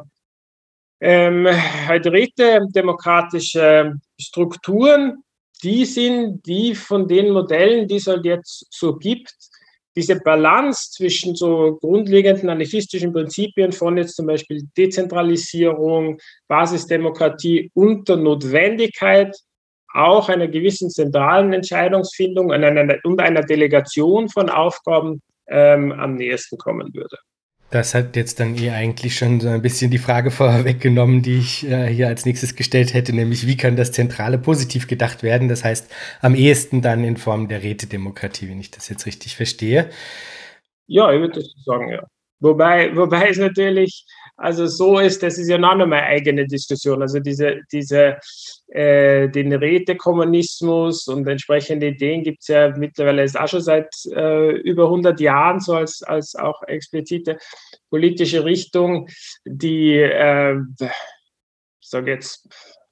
ähm, halt rätedemokratische Strukturen die sind, die von den Modellen, die es halt jetzt so gibt, diese Balance zwischen so grundlegenden anarchistischen Prinzipien von jetzt zum Beispiel Dezentralisierung, Basisdemokratie und der Notwendigkeit auch einer gewissen zentralen Entscheidungsfindung und einer, und einer Delegation von Aufgaben ähm, am nächsten kommen würde. Das hat jetzt dann ihr eigentlich schon so ein bisschen die Frage vorweggenommen, die ich äh, hier als nächstes gestellt hätte, nämlich wie kann das Zentrale positiv gedacht werden? Das heißt, am ehesten dann in Form der Rätedemokratie, wenn ich das jetzt richtig verstehe. Ja, ich würde das sagen, ja. Wobei, wobei es natürlich, also so ist, das ist ja noch einmal eine eigene Diskussion. Also diese, diese äh, den Rätekommunismus und entsprechende Ideen gibt es ja mittlerweile ist auch schon seit äh, über hundert Jahren so als, als auch explizite politische Richtung, die, äh, ich sage jetzt,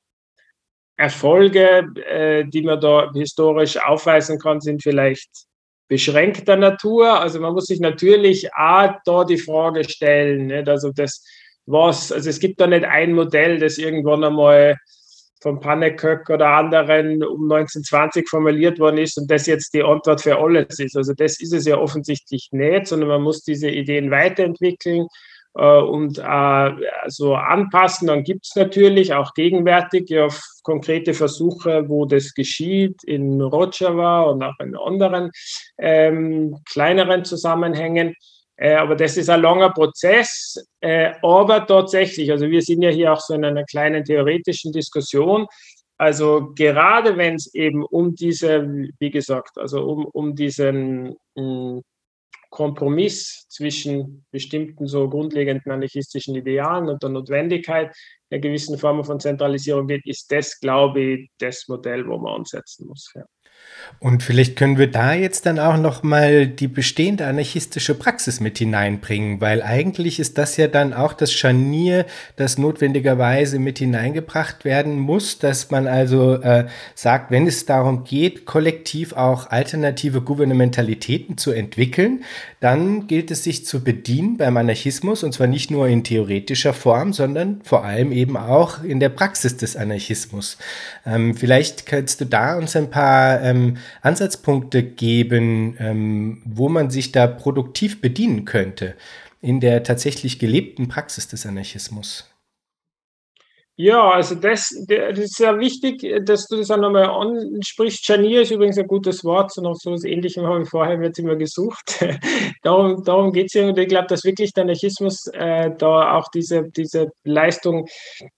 Erfolge, äh, die man da historisch aufweisen kann, sind vielleicht beschränkter Natur. Also man muss sich natürlich auch da die Frage stellen, nicht? Also das was, also es gibt da nicht ein Modell, das irgendwann einmal von Pannekoek oder anderen um neunzehnhundertzwanzig formuliert worden ist und das jetzt die Antwort für alles ist. Also das ist es ja offensichtlich nicht, sondern man muss diese Ideen weiterentwickeln äh, und äh, so anpassen. Dann gibt es natürlich auch gegenwärtig ja konkrete Versuche, wo das geschieht, in Rojava und auch in anderen ähm, kleineren Zusammenhängen. Äh, aber das ist ein langer Prozess. Äh, aber tatsächlich, also wir sind ja hier auch so in einer kleinen theoretischen Diskussion. Also gerade wenn es eben um diese, wie gesagt, also um, um diesen mh, Kompromiss zwischen bestimmten so grundlegenden anarchistischen Idealen und der Notwendigkeit einer gewissen Form von Zentralisierung geht, ist das, glaube ich, das Modell, wo man ansetzen muss. Ja. Und vielleicht können wir da jetzt dann auch noch mal die bestehende anarchistische Praxis mit hineinbringen, weil eigentlich ist das ja dann auch das Scharnier, das notwendigerweise mit hineingebracht werden muss, dass man also äh, sagt, wenn es darum geht, kollektiv auch alternative Gouvernementalitäten zu entwickeln, dann gilt es sich zu bedienen beim Anarchismus und zwar nicht nur in theoretischer Form, sondern vor allem eben auch in der Praxis des Anarchismus. Ähm, vielleicht kannst du da uns ein paar ähm, Ansatzpunkte geben, ähm, wo man sich da produktiv bedienen könnte in der tatsächlich gelebten Praxis des Anarchismus. Ja, also das, das ist sehr wichtig, dass du das auch nochmal ansprichst. Scharnier ist übrigens ein gutes Wort, so noch so was Ähnlichem habe ich vorher jetzt immer gesucht. darum darum geht es ja. Und ich glaube, dass wirklich der Anarchismus äh, da auch diese, diese Leistung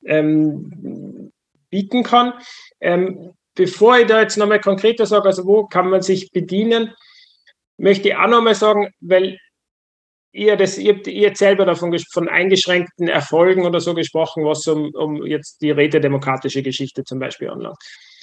ähm, bieten kann. Ähm, bevor ich da jetzt nochmal konkreter sage, also wo kann man sich bedienen, möchte ich auch nochmal sagen, weil ihr, das, ihr, ihr habt selber davon von eingeschränkten Erfolgen oder so gesprochen, was um, um jetzt die rätedemokratische Geschichte zum Beispiel anlangt.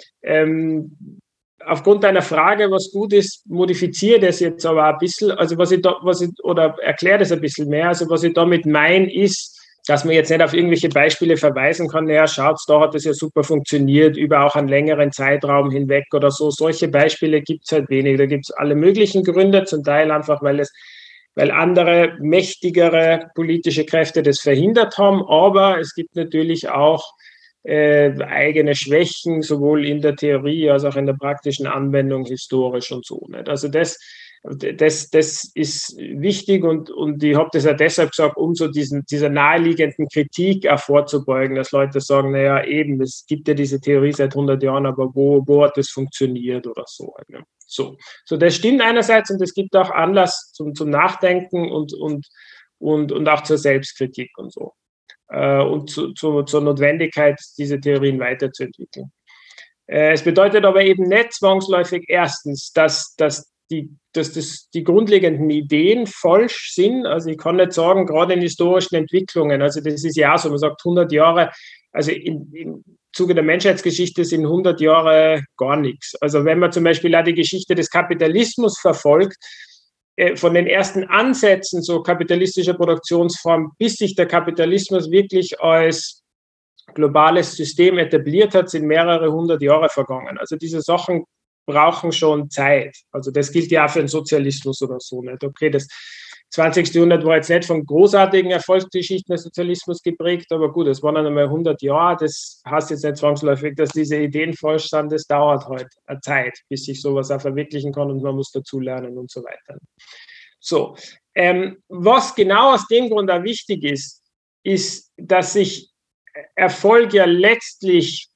Ähm, aufgrund deiner Frage, was gut ist, modifiziere das jetzt aber ein bisschen, also was ich da, was ich, oder erkläre das ein bisschen mehr, also was ich damit meine ist, dass man jetzt nicht auf irgendwelche Beispiele verweisen kann, naja, schaut, da hat das ja super funktioniert, über auch einen längeren Zeitraum hinweg oder so. Solche Beispiele gibt es halt wenig. Da gibt es alle möglichen Gründe, zum Teil einfach, weil es weil andere, mächtigere politische Kräfte das verhindert haben. Aber es gibt natürlich auch äh, eigene Schwächen, sowohl in der Theorie als auch in der praktischen Anwendung, historisch und so. Nicht? Also das, das, das ist wichtig und, und ich habe das ja deshalb gesagt, um so diesen, dieser naheliegenden Kritik auch vorzubeugen, dass Leute sagen, naja, eben, es gibt ja diese Theorie seit hundert Jahren, aber wo, wo hat das funktioniert oder so. Ne? So. so, das stimmt einerseits und es gibt auch Anlass zum, zum Nachdenken und, und, und, und auch zur Selbstkritik und so. Äh, und zu, zu, zur Notwendigkeit, diese Theorien weiterzuentwickeln. Äh, es bedeutet aber eben nicht zwangsläufig erstens, dass, dass, die, dass das, die grundlegenden Ideen falsch sind. Also ich kann nicht sagen, gerade in historischen Entwicklungen, also das ist ja auch so, man sagt hundert Jahre, also in, in Zuge der Menschheitsgeschichte sind hundert Jahre gar nichts. Also wenn man zum Beispiel auch die Geschichte des Kapitalismus verfolgt, äh, von den ersten Ansätzen so kapitalistischer Produktionsform, bis sich der Kapitalismus wirklich als globales System etabliert hat, sind mehrere hundert Jahre vergangen. Also diese Sachen brauchen schon Zeit. Also das gilt ja auch für den Sozialismus oder so nicht. Okay, das zwanzigste. Jahrhundert war jetzt nicht von großartigen Erfolgsgeschichten des Sozialismus geprägt, aber gut, es waren dann einmal hundert Jahre. Das heißt jetzt nicht zwangsläufig, dass diese Ideen falsch sind. Das dauert halt eine Zeit, bis sich sowas auch verwirklichen kann und man muss dazulernen und so weiter. So, ähm, was genau aus dem Grund auch wichtig ist, ist, dass sich Erfolg ja letztlich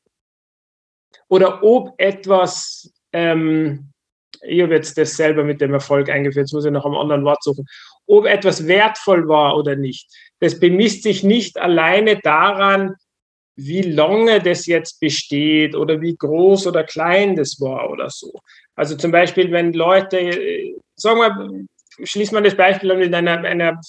oder ob etwas, ähm, ich habe jetzt das selber mit dem Erfolg eingeführt, jetzt muss ich noch am anderen Wort suchen, ob etwas wertvoll war oder nicht, das bemisst sich nicht alleine daran, wie lange das jetzt besteht oder wie groß oder klein das war oder so. Also zum Beispiel, wenn Leute, sagen wir, schließt man das Beispiel mit einer, einer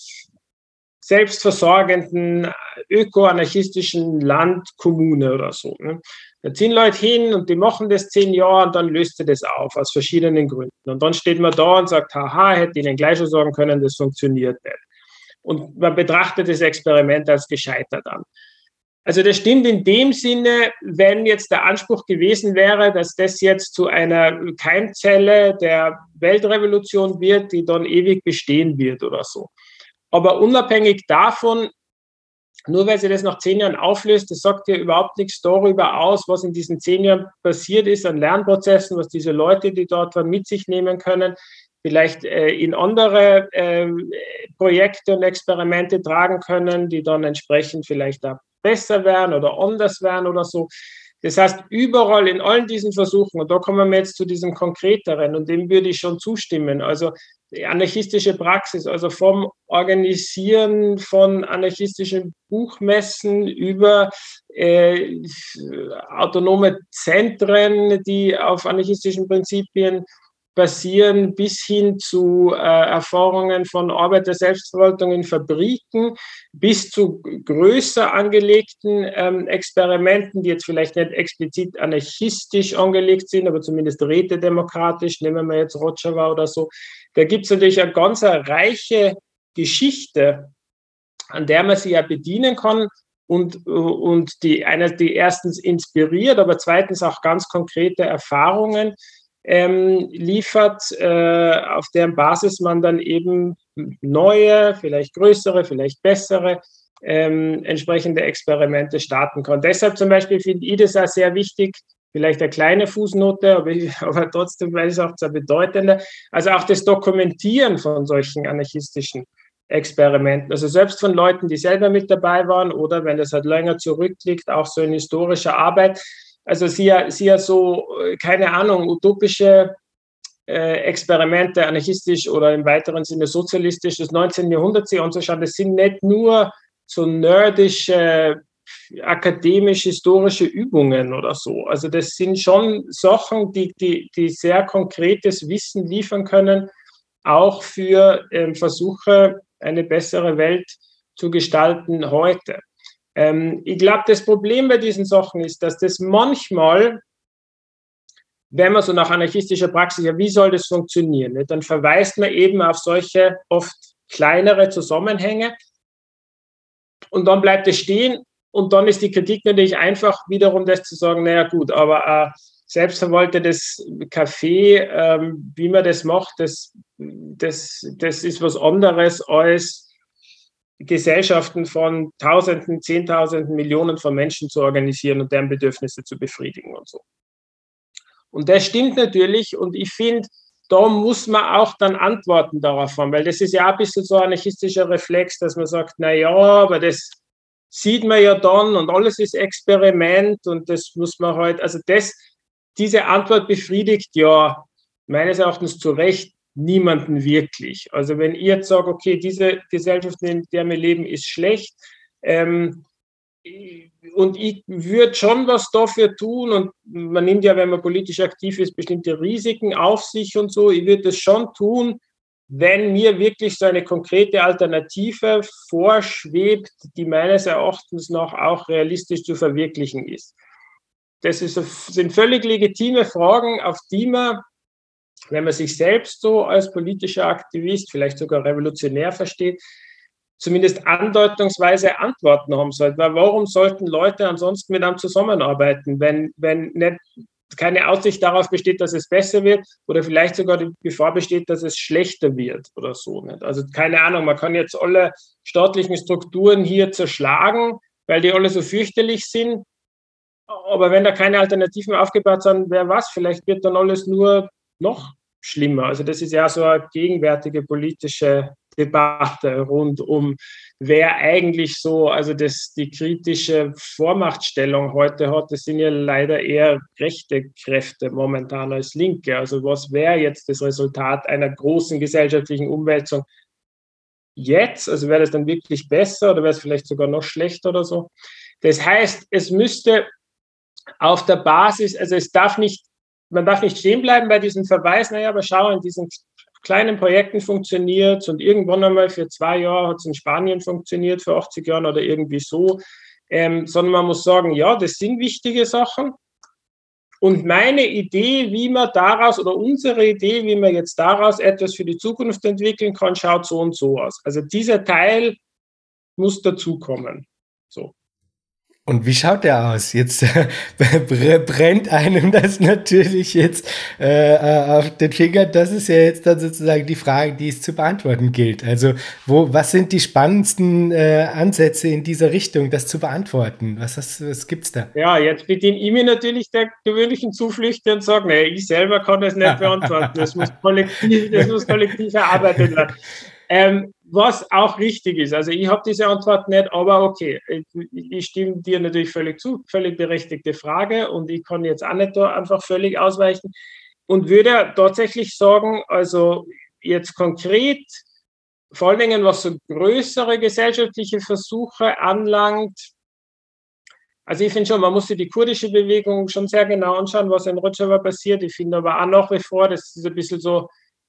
selbstversorgenden, öko-anarchistischen Landkommune oder so. Ne? Da ziehen Leute hin und die machen das zehn Jahre und dann löst sie das auf, aus verschiedenen Gründen. Und dann steht man da und sagt, haha, hätte ihnen gleich schon sagen können, das funktioniert nicht. Und man betrachtet das Experiment als gescheitert an. Also das stimmt in dem Sinne, wenn jetzt der Anspruch gewesen wäre, dass das jetzt zu einer Keimzelle der Weltrevolution wird, die dann ewig bestehen wird oder so. Aber unabhängig davon, nur weil sie das nach zehn Jahren auflöst, das sagt ja überhaupt nichts darüber aus, was in diesen zehn Jahren passiert ist an Lernprozessen, was diese Leute, die dort waren, mit sich nehmen können, vielleicht äh, in andere äh, Projekte und Experimente tragen können, die dann entsprechend vielleicht auch besser werden oder anders werden oder so. Das heißt, überall in allen diesen Versuchen, und da kommen wir jetzt zu diesem Konkreteren, und dem würde ich schon zustimmen, also die anarchistische Praxis, also vom Organisieren von anarchistischen Buchmessen über äh, autonome Zentren, die auf anarchistischen Prinzipien basieren, bis hin zu äh, Erfahrungen von Arbeiter-Selbstverwaltung in Fabriken, bis zu größer angelegten ähm, Experimenten, die jetzt vielleicht nicht explizit anarchistisch angelegt sind, aber zumindest rätedemokratisch, nehmen wir jetzt Rojava oder so. Da gibt es natürlich eine ganz reiche Geschichte, an der man sich ja bedienen kann und, und die, eine, die erstens inspiriert, aber zweitens auch ganz konkrete Erfahrungen Ähm, liefert, äh, auf deren Basis man dann eben neue, vielleicht größere, vielleicht bessere ähm, entsprechende Experimente starten kann. Deshalb zum Beispiel finde ich das auch sehr wichtig, vielleicht eine kleine Fußnote, aber, ich, aber trotzdem, weil es auch sehr bedeutende, also auch das Dokumentieren von solchen anarchistischen Experimenten. Also selbst von Leuten, die selber mit dabei waren oder wenn es halt länger zurückliegt, auch so in historischer Arbeit. Also sie, sie ja so, keine Ahnung, utopische äh, Experimente, anarchistisch oder im weiteren Sinne sozialistisch des neunzehnten Jahrhunderts sich anzuschauen, das sind nicht nur so nerdische, akademisch-historische Übungen oder so. Also das sind schon Sachen, die, die, die sehr konkretes Wissen liefern können, auch für ähm, Versuche, eine bessere Welt zu gestalten heute. Ähm, ich glaube, das Problem bei diesen Sachen ist, dass das manchmal, wenn man so nach anarchistischer Praxis, ja, wie soll das funktionieren? Ne? Dann verweist man eben auf solche oft kleinere Zusammenhänge und dann bleibt es stehen und dann ist die Kritik natürlich einfach wiederum das zu sagen, naja gut, aber äh, selbstverwaltetes Café, ähm, wie man das macht, das, das, das ist was anderes als Gesellschaften von Tausenden, Zehntausenden, Millionen von Menschen zu organisieren und deren Bedürfnisse zu befriedigen und so. Und das stimmt natürlich und ich finde, da muss man auch dann Antworten darauf haben, weil das ist ja ein bisschen so ein anarchistischer Reflex, dass man sagt, naja, aber das sieht man ja dann und alles ist Experiment und das muss man halt, also das, diese Antwort befriedigt ja meines Erachtens zu Recht niemanden wirklich. Also wenn ihr jetzt sagt, okay, diese Gesellschaft, in der wir leben, ist schlecht, ähm, und ich würde schon was dafür tun und man nimmt ja, wenn man politisch aktiv ist, bestimmte Risiken auf sich und so. Ich würde das schon tun, wenn mir wirklich so eine konkrete Alternative vorschwebt, die meines Erachtens nach auch realistisch zu verwirklichen ist. Das ist, sind völlig legitime Fragen, auf die man, wenn man sich selbst so als politischer Aktivist, vielleicht sogar revolutionär versteht, zumindest andeutungsweise Antworten haben sollten. Weil warum sollten Leute ansonsten mit einem zusammenarbeiten, wenn, wenn nicht, keine Aussicht darauf besteht, dass es besser wird oder vielleicht sogar die Gefahr besteht, dass es schlechter wird oder so. Nicht? Also keine Ahnung, man kann jetzt alle staatlichen Strukturen hier zerschlagen, weil die alle so fürchterlich sind. Aber wenn da keine Alternativen aufgebaut sind, wer was, vielleicht wird dann alles nur noch schlimmer. Also das ist ja so eine gegenwärtige politische Debatte rund um, wer eigentlich so, also das, die kritische Vormachtstellung heute hat, das sind ja leider eher rechte Kräfte momentan als Linke. Also was wäre jetzt das Resultat einer großen gesellschaftlichen Umwälzung jetzt? Also wäre das dann wirklich besser oder wäre es vielleicht sogar noch schlechter oder so? Das heißt, es müsste auf der Basis, also es darf nicht, man darf nicht stehen bleiben bei diesem Verweis, naja, aber schau, in diesen kleinen Projekten funktioniert und irgendwann einmal für zwei Jahre hat es in Spanien funktioniert, für achtzig Jahren oder irgendwie so, ähm, sondern man muss sagen, ja, das sind wichtige Sachen und meine Idee, wie man daraus oder unsere Idee, wie man jetzt daraus etwas für die Zukunft entwickeln kann, schaut so und so aus. Also dieser Teil muss dazukommen. So. Und wie schaut der aus? Jetzt äh, brennt einem das natürlich jetzt äh, auf den Finger. Das ist ja jetzt dann sozusagen die Frage, die es zu beantworten gilt. Also wo, was sind die spannendsten äh, Ansätze in dieser Richtung, das zu beantworten? Was, was, was gibt's da? Ja, jetzt bediene ich mich natürlich der gewöhnlichen Zuflüchte und sage, nee, ich selber kann das nicht beantworten. Das muss kollektiv, das muss kollektiv erarbeitet werden. Ähm, was auch richtig ist, also ich habe diese Antwort nicht, aber okay, ich, ich stimme dir natürlich völlig zu, völlig berechtigte Frage und ich kann jetzt auch nicht da einfach völlig ausweichen und würde tatsächlich sagen, also jetzt konkret, vor allen Dingen was so größere gesellschaftliche Versuche anlangt, also ich finde schon, man muss sich die kurdische Bewegung schon sehr genau anschauen, was in Rojava passiert. Ich finde aber auch nach wie vor, das ist ein bisschen so,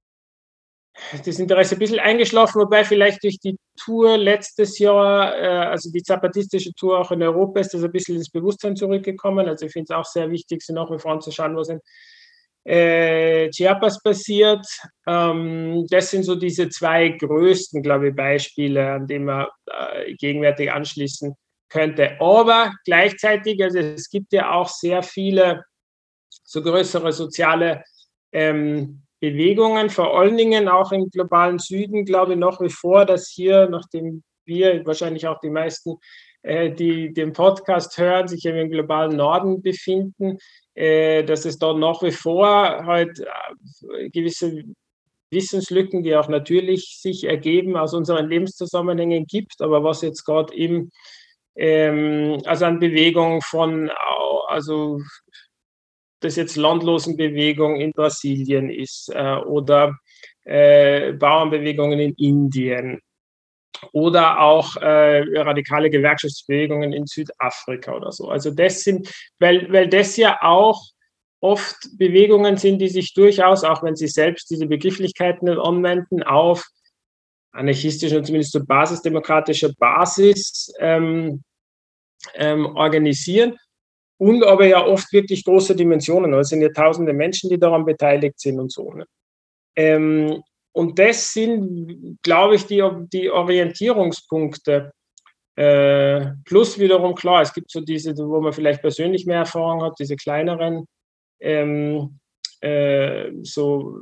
das Interesse ein bisschen eingeschlafen, wobei vielleicht durch die Tour letztes Jahr, äh, also die zapatistische Tour auch in Europa, ist das ein bisschen ins Bewusstsein zurückgekommen. Also ich finde es auch sehr wichtig, sich nach wie vor anzuschauen, was in äh, Chiapas passiert. Ähm, das sind so diese zwei größten, glaube ich, Beispiele, an denen man äh, gegenwärtig anschließen könnte. Aber gleichzeitig, also es gibt ja auch sehr viele so größere soziale ähm, Bewegungen, vor allen Dingen auch im globalen Süden, glaube ich, nach wie vor, dass hier, nachdem wir wahrscheinlich auch die meisten, äh, die den Podcast hören, sich im globalen Norden befinden, äh, dass es dort nach wie vor halt äh, gewisse Wissenslücken, die auch natürlich sich ergeben aus unseren Lebenszusammenhängen gibt, aber was jetzt gerade im, ähm, also an Bewegung von, also das jetzt Landlosenbewegung in Brasilien ist äh, oder äh, Bauernbewegungen in Indien oder auch äh, radikale Gewerkschaftsbewegungen in Südafrika oder so. Also das sind, weil, weil das ja auch oft Bewegungen sind, die sich durchaus, auch wenn sie selbst diese Begrifflichkeiten nicht anwenden, auf anarchistischer und zumindest so basisdemokratischer Basis ähm, ähm, organisieren und aber ja oft wirklich große Dimensionen. Also es sind ja tausende Menschen, die daran beteiligt sind und so. Ne? Ähm, und das sind, glaube ich, die, die Orientierungspunkte. Äh, plus wiederum, klar, es gibt so diese, wo man vielleicht persönlich mehr Erfahrung hat, diese kleineren ähm, äh, so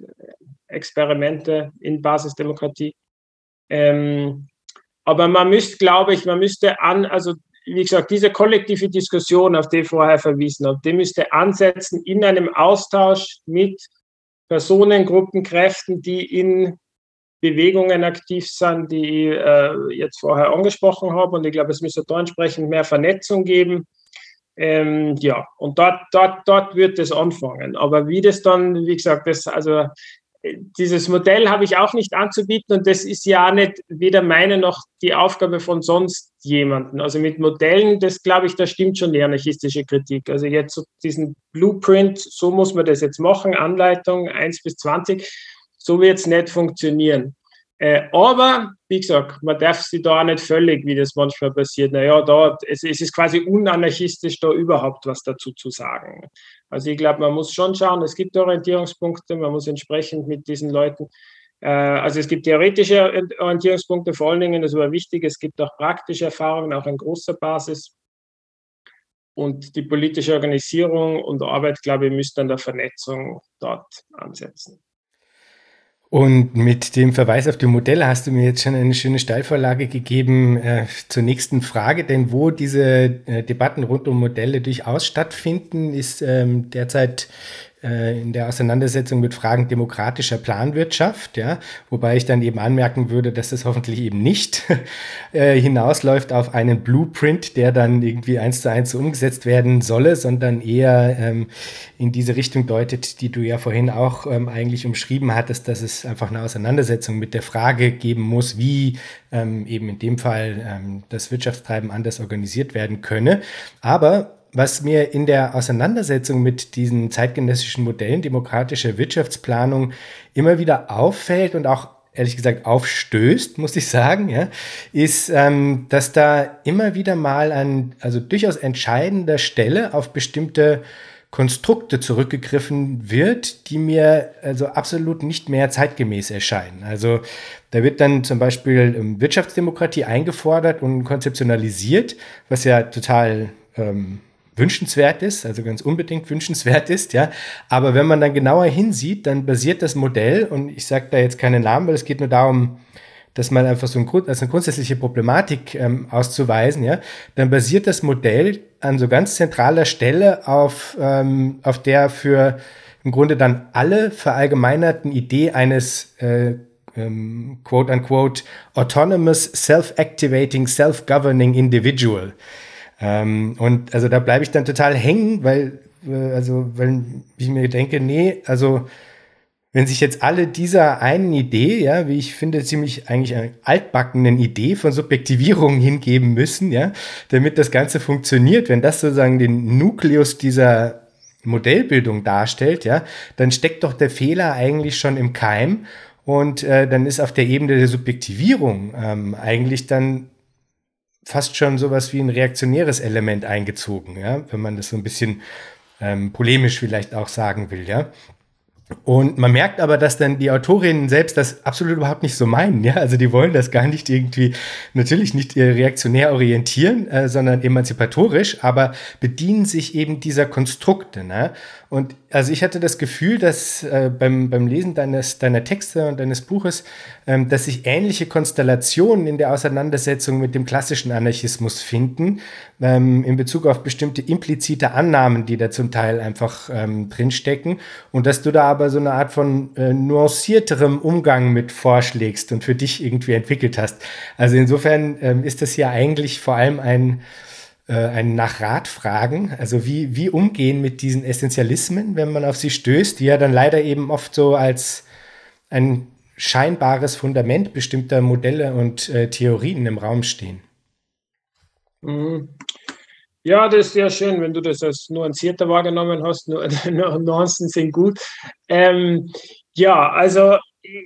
Experimente in Basisdemokratie. Ähm, aber man müsste, glaube ich, man müsste an, also wie gesagt, diese kollektive Diskussion, auf die ich vorher verwiesen habe, die müsste ansetzen in einem Austausch mit Personen, Gruppen, Kräften, die in Bewegungen aktiv sind, die ich äh, jetzt vorher angesprochen habe. Und ich glaube, es müsste da entsprechend mehr Vernetzung geben. Ähm, ja, und dort, dort, dort wird es anfangen. Aber wie das dann, wie gesagt, das, also dieses Modell habe ich auch nicht anzubieten und das ist ja auch nicht weder meine noch die Aufgabe von sonst jemanden. Also mit Modellen, das glaube ich, da stimmt schon die anarchistische Kritik. Also jetzt so diesen Blueprint, so muss man das jetzt machen, Anleitung eins bis zwanzig, so wird es nicht funktionieren. Äh, aber, wie gesagt, man darf sie da auch nicht völlig, wie das manchmal passiert, naja, da, es, es ist quasi unanarchistisch, da überhaupt was dazu zu sagen. Also ich glaube, man muss schon schauen, es gibt Orientierungspunkte, man muss entsprechend mit diesen Leuten, äh, also es gibt theoretische Orientierungspunkte, vor allen Dingen, das war wichtig, es gibt auch praktische Erfahrungen, auch in großer Basis. Und die politische Organisierung und Arbeit, glaube ich, müsste an der Vernetzung dort ansetzen. Und mit dem Verweis auf die Modelle hast du mir jetzt schon eine schöne Steilvorlage gegeben äh, zur nächsten Frage, denn wo diese äh, Debatten rund um Modelle durchaus stattfinden, ist ähm, derzeit äh, in der Auseinandersetzung mit Fragen demokratischer Planwirtschaft, ja, wobei ich dann eben anmerken würde, dass das hoffentlich eben nicht äh, hinausläuft auf einen Blueprint, der dann irgendwie eins zu eins umgesetzt werden solle, sondern eher ähm, in diese Richtung deutet, die du ja vorhin auch ähm, eigentlich umschrieben hattest, dass es einfach eine Auseinandersetzung mit der Frage geben muss, wie ähm, eben in dem Fall ähm, das Wirtschaftstreiben anders organisiert werden könne. Aber was mir in der Auseinandersetzung mit diesen zeitgenössischen Modellen demokratischer Wirtschaftsplanung immer wieder auffällt und auch ehrlich gesagt aufstößt, muss ich sagen, ja, ist, ähm, dass da immer wieder mal an, also durchaus entscheidender Stelle auf bestimmte Konstrukte zurückgegriffen wird, die mir also absolut nicht mehr zeitgemäß erscheinen. Also da wird dann zum Beispiel ähm, Wirtschaftsdemokratie eingefordert und konzeptionalisiert, was ja total ähm, wünschenswert ist, also ganz unbedingt wünschenswert ist, ja. Aber wenn man dann genauer hinsieht, dann basiert das Modell, und ich sage da jetzt keinen Namen, weil es geht nur darum, dass man einfach so ein Grund, also eine grundsätzliche Problematik ähm, auszuweisen, ja, dann basiert das Modell an so ganz zentraler Stelle auf, ähm, auf der für im Grunde dann alle verallgemeinerten Idee eines äh, ähm, quote-unquote autonomous, self-activating, self-governing individual. Ähm, und also da bleibe ich dann total hängen, weil, äh, also, weil ich mir denke, nee, also wenn sich jetzt alle dieser einen Idee, ja, wie ich finde, ziemlich eigentlich eine altbackenen Idee von Subjektivierung hingeben müssen, ja, damit das Ganze funktioniert, wenn das sozusagen den Nukleus dieser Modellbildung darstellt, ja, dann steckt doch der Fehler eigentlich schon im Keim, und äh, dann ist auf der Ebene der Subjektivierung ähm, eigentlich dann fast schon sowas wie ein reaktionäres Element eingezogen, ja, wenn man das so ein bisschen ähm, polemisch vielleicht auch sagen will, ja. Und man merkt aber, dass dann die Autorinnen selbst das absolut überhaupt nicht so meinen, ja, also die wollen das gar nicht irgendwie, natürlich nicht reaktionär orientieren, äh, sondern emanzipatorisch, aber bedienen sich eben dieser Konstrukte, ne? Und Also ich hatte das Gefühl, dass äh, beim, beim Lesen deines, deiner Texte und deines Buches, ähm, dass sich ähnliche Konstellationen in der Auseinandersetzung mit dem klassischen Anarchismus finden, ähm, in Bezug auf bestimmte implizite Annahmen, die da zum Teil einfach ähm, drinstecken, und dass du da aber so eine Art von äh, nuancierterem Umgang mit vorschlägst und für dich irgendwie entwickelt hast. Also insofern ähm, ist das ja eigentlich vor allem ein äh, ein nach Rat fragen, also wie, wie umgehen mit diesen Essentialismen, wenn man auf sie stößt, die ja dann leider eben oft so als ein scheinbares Fundament bestimmter Modelle und äh, Theorien im Raum stehen. Mhm. Ja, das ist sehr schön, wenn du das als nuancierter wahrgenommen hast. Nu Nu Nuancen sind gut. Ähm, ja, also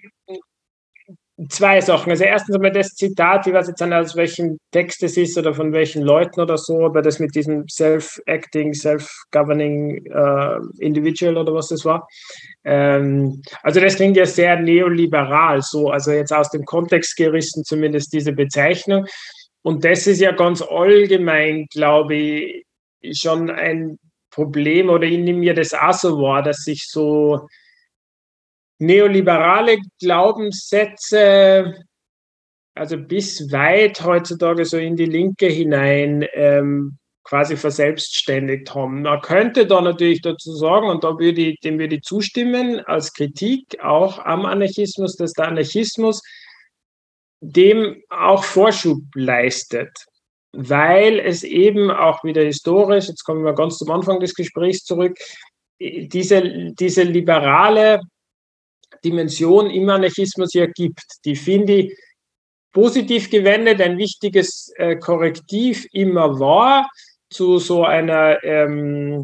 zwei Sachen. Also erstens einmal das Zitat, ich weiß jetzt nicht, aus welchem Text es ist oder von welchen Leuten oder so, aber das mit diesem Self-Acting, Self-Governing äh, Individual oder was das war. Ähm, also das klingt ja sehr neoliberal, so, also jetzt aus dem Kontext gerissen zumindest diese Bezeichnung. Und das ist ja ganz allgemein, glaube ich, schon ein Problem, oder ich nehme mir das auch so wahr, dass sich so neoliberale Glaubenssätze, also bis weit heutzutage so in die Linke hinein, ähm, quasi verselbstständigt haben. Man könnte da natürlich dazu sagen, und da würde ich, dem würde ich zustimmen, als Kritik auch am Anarchismus, dass der Anarchismus dem auch Vorschub leistet, weil es eben auch wieder historisch, jetzt kommen wir ganz zum Anfang des Gesprächs zurück, diese, diese liberale Dimension im Anarchismus ja gibt. Die finde ich positiv gewendet, ein wichtiges äh, Korrektiv immer war zu so einer, ähm,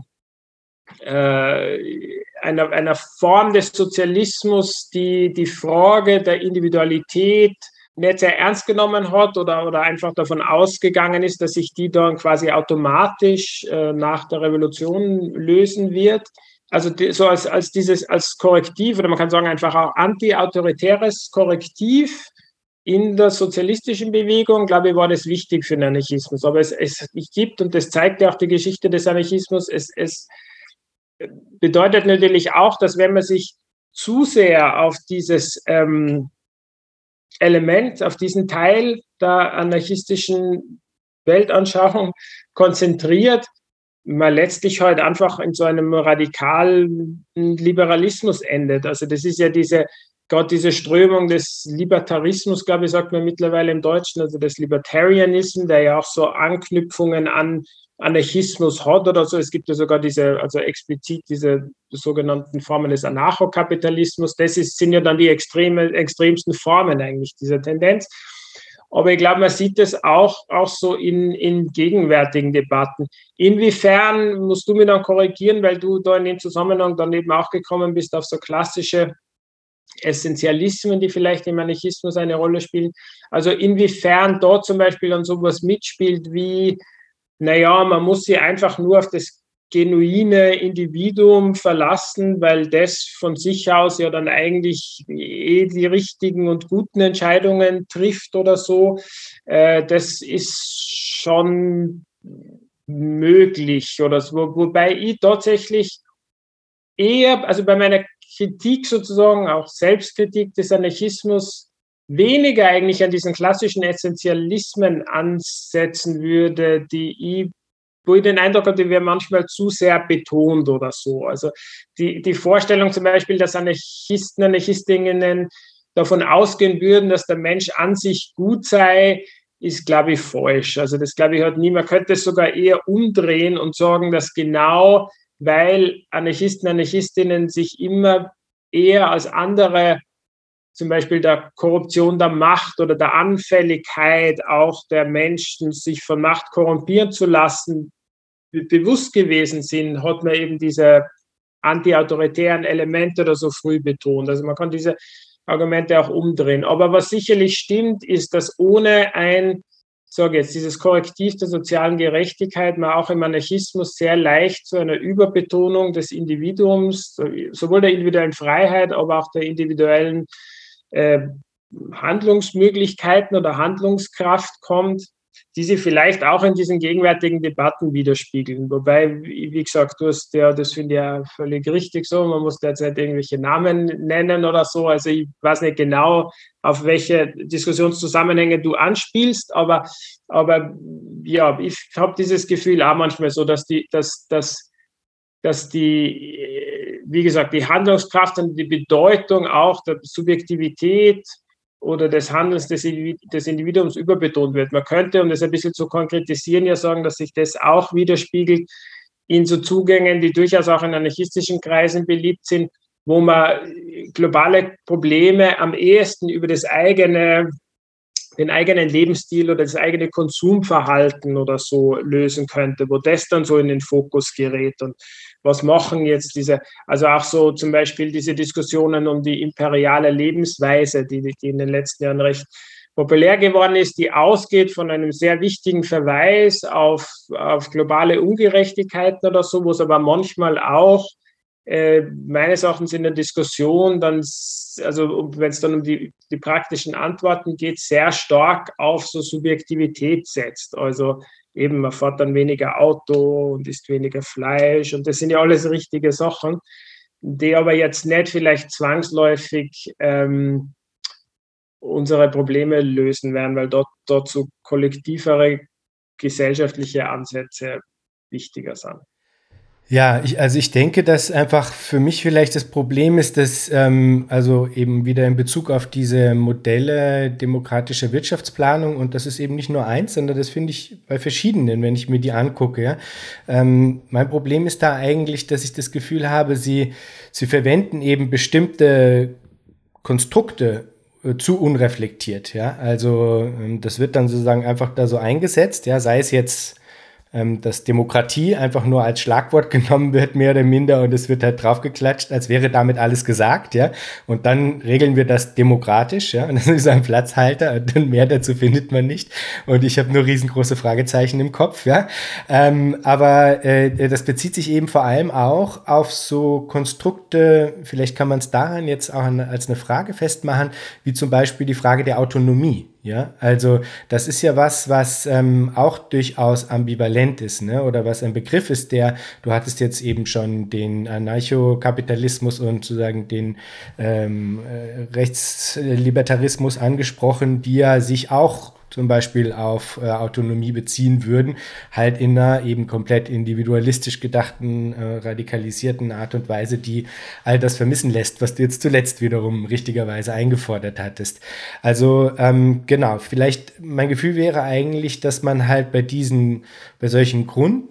äh, einer, einer Form des Sozialismus, die die Frage der Individualität nicht sehr ernst genommen hat oder, oder einfach davon ausgegangen ist, dass sich die dann quasi automatisch äh, nach der Revolution lösen wird. Also die, so als, als dieses als Korrektiv, oder man kann sagen einfach auch anti-autoritäres Korrektiv in der sozialistischen Bewegung, glaube ich, war das wichtig für den Anarchismus. Aber es, es gibt, und das zeigt ja auch die Geschichte des Anarchismus, es, es bedeutet natürlich auch, dass wenn man sich zu sehr auf dieses ähm, Element, auf diesen Teil der anarchistischen Weltanschauung konzentriert, man letztlich halt einfach in so einem radikalen Liberalismus endet. Also das ist ja diese, gerade diese Strömung des Libertarismus, glaube ich, sagt man mittlerweile im Deutschen, also des Libertarianism, der ja auch so Anknüpfungen an Anarchismus hat oder so. Es gibt ja sogar diese, also explizit diese sogenannten Formen des Anarchokapitalismus. Das ist, sind ja dann die extreme, extremsten Formen eigentlich dieser Tendenz. Aber ich glaube, man sieht das auch, auch so in, in gegenwärtigen Debatten. Inwiefern musst du mich dann korrigieren, weil du da in dem Zusammenhang dann eben auch gekommen bist auf so klassische Essentialismen, die vielleicht im Anarchismus eine Rolle spielen. Also inwiefern dort zum Beispiel dann sowas mitspielt wie, naja, man muss sich einfach nur auf das genuine Individuum verlassen, weil das von sich aus ja dann eigentlich eh die richtigen und guten Entscheidungen trifft oder so. Äh, das ist schon möglich oder so. Wobei ich tatsächlich eher, also bei meiner Kritik sozusagen, auch Selbstkritik des Anarchismus, weniger eigentlich an diesen klassischen Essentialismen ansetzen würde, die ich, wo ich den Eindruck hatte, die werden manchmal zu sehr betont oder so. Also die, die Vorstellung zum Beispiel, dass Anarchisten, Anarchistinnen davon ausgehen würden, dass der Mensch an sich gut sei, ist, glaube ich, falsch. Also das, glaube ich, hat niemand. Man könnte es sogar eher umdrehen und sagen, dass genau, weil Anarchisten, Anarchistinnen sich immer eher als andere, zum Beispiel der Korruption der Macht oder der Anfälligkeit auch der Menschen, sich von Macht korrumpieren zu lassen, bewusst gewesen sind, hat man eben diese antiautoritären Elemente oder so früh betont. Also man kann diese Argumente auch umdrehen. Aber was sicherlich stimmt, ist, dass ohne ein, sage jetzt, dieses Korrektiv der sozialen Gerechtigkeit man auch im Anarchismus sehr leicht zu einer Überbetonung des Individuums, sowohl der individuellen Freiheit, aber auch der individuellen Äh, Handlungsmöglichkeiten oder Handlungskraft kommt. die sich vielleicht auch in diesen gegenwärtigen Debatten widerspiegeln. Wobei, wie gesagt, du hast ja, das finde ich ja völlig richtig so, man muss derzeit irgendwelche Namen nennen oder so. Also ich weiß nicht genau, auf welche Diskussionszusammenhänge du anspielst, aber, aber ja, ich habe dieses Gefühl auch manchmal so, dass die, dass, dass, dass die, wie gesagt, die Handlungskraft und die Bedeutung auch der Subjektivität oder des Handelns des, des Individuums überbetont wird. Man könnte, um das ein bisschen zu konkretisieren, ja sagen, dass sich das auch widerspiegelt in so Zugängen, die durchaus auch in anarchistischen Kreisen beliebt sind, wo man globale Probleme am ehesten über das eigene, den eigenen Lebensstil oder das eigene Konsumverhalten oder so lösen könnte, wo das dann so in den Fokus gerät. Und was machen jetzt diese, also auch so zum Beispiel diese Diskussionen um die imperiale Lebensweise, die, die in den letzten Jahren recht populär geworden ist, die ausgeht von einem sehr wichtigen Verweis auf, auf globale Ungerechtigkeiten oder so, wo es aber manchmal auch äh, meines Erachtens in der Diskussion dann, also wenn es dann um die, die praktischen Antworten geht, sehr stark auf so Subjektivität setzt. Also eben, man fährt dann weniger Auto und isst weniger Fleisch und das sind ja alles richtige Sachen, die aber jetzt nicht vielleicht zwangsläufig ähm, unsere Probleme lösen werden, weil dort, dort so kollektivere gesellschaftliche Ansätze wichtiger sind. Ja, ich, also ich denke, dass einfach für mich vielleicht das Problem ist, dass ähm, also eben wieder in Bezug auf diese Modelle demokratischer Wirtschaftsplanung, und das ist eben nicht nur eins, sondern das finde ich bei verschiedenen, wenn ich mir die angucke. Ja. Ähm, mein Problem ist da eigentlich, dass ich das Gefühl habe, sie, sie verwenden eben bestimmte Konstrukte äh, zu unreflektiert. Ja. Also ähm, das wird dann sozusagen einfach da so eingesetzt, ja, sei es jetzt dass Demokratie einfach nur als Schlagwort genommen wird, mehr oder minder, und es wird halt draufgeklatscht, als wäre damit alles gesagt, ja. Und dann regeln wir das demokratisch, ja. Und das ist ein Platzhalter, und dann mehr dazu findet man nicht. Und ich habe nur riesengroße Fragezeichen im Kopf, ja. Ähm, aber äh, das bezieht sich eben vor allem auch auf so Konstrukte, vielleicht kann man es daran jetzt auch als eine Frage festmachen, wie zum Beispiel die Frage der Autonomie. Ja, also das ist ja was, was ähm, auch durchaus ambivalent ist, ne? Oder was ein Begriff ist, der, du hattest jetzt eben schon den Anarchokapitalismus und sozusagen den ähm, äh, Rechtslibertarismus angesprochen, die ja sich auch zum Beispiel auf äh, Autonomie beziehen würden, halt in einer eben komplett individualistisch gedachten, äh, radikalisierten Art und Weise, die all das vermissen lässt, was du jetzt zuletzt wiederum richtigerweise eingefordert hattest. Also ähm, genau, vielleicht mein Gefühl wäre eigentlich, dass man halt bei diesen, bei solchen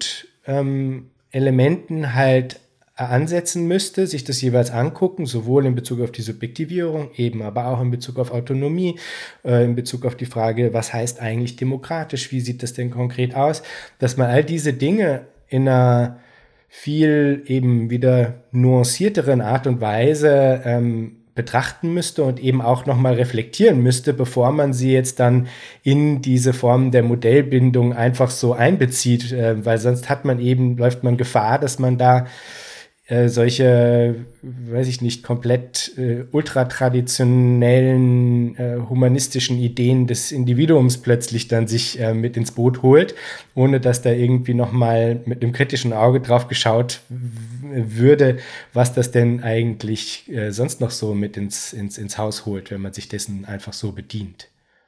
Grundelementen ähm, halt ansetzen müsste, sich das jeweils angucken, sowohl in Bezug auf die Subjektivierung, eben aber auch in Bezug auf Autonomie, äh, in Bezug auf die Frage, was heißt eigentlich demokratisch, wie sieht das denn konkret aus, dass man all diese Dinge in einer viel eben wieder nuancierteren Art und Weise ähm, betrachten müsste und eben auch nochmal reflektieren müsste, bevor man sie jetzt dann in diese Formen der Modellbindung einfach so einbezieht, äh, weil sonst hat man eben, läuft man Gefahr, dass man da Äh, solche, weiß ich nicht, komplett äh, ultratraditionellen äh, humanistischen Ideen des Individuums plötzlich dann sich äh, mit ins Boot holt, ohne dass da irgendwie nochmal mit einem kritischen Auge drauf geschaut würde, was das denn eigentlich äh, sonst noch so mit ins, ins, ins Haus holt, wenn man sich dessen einfach so bedient.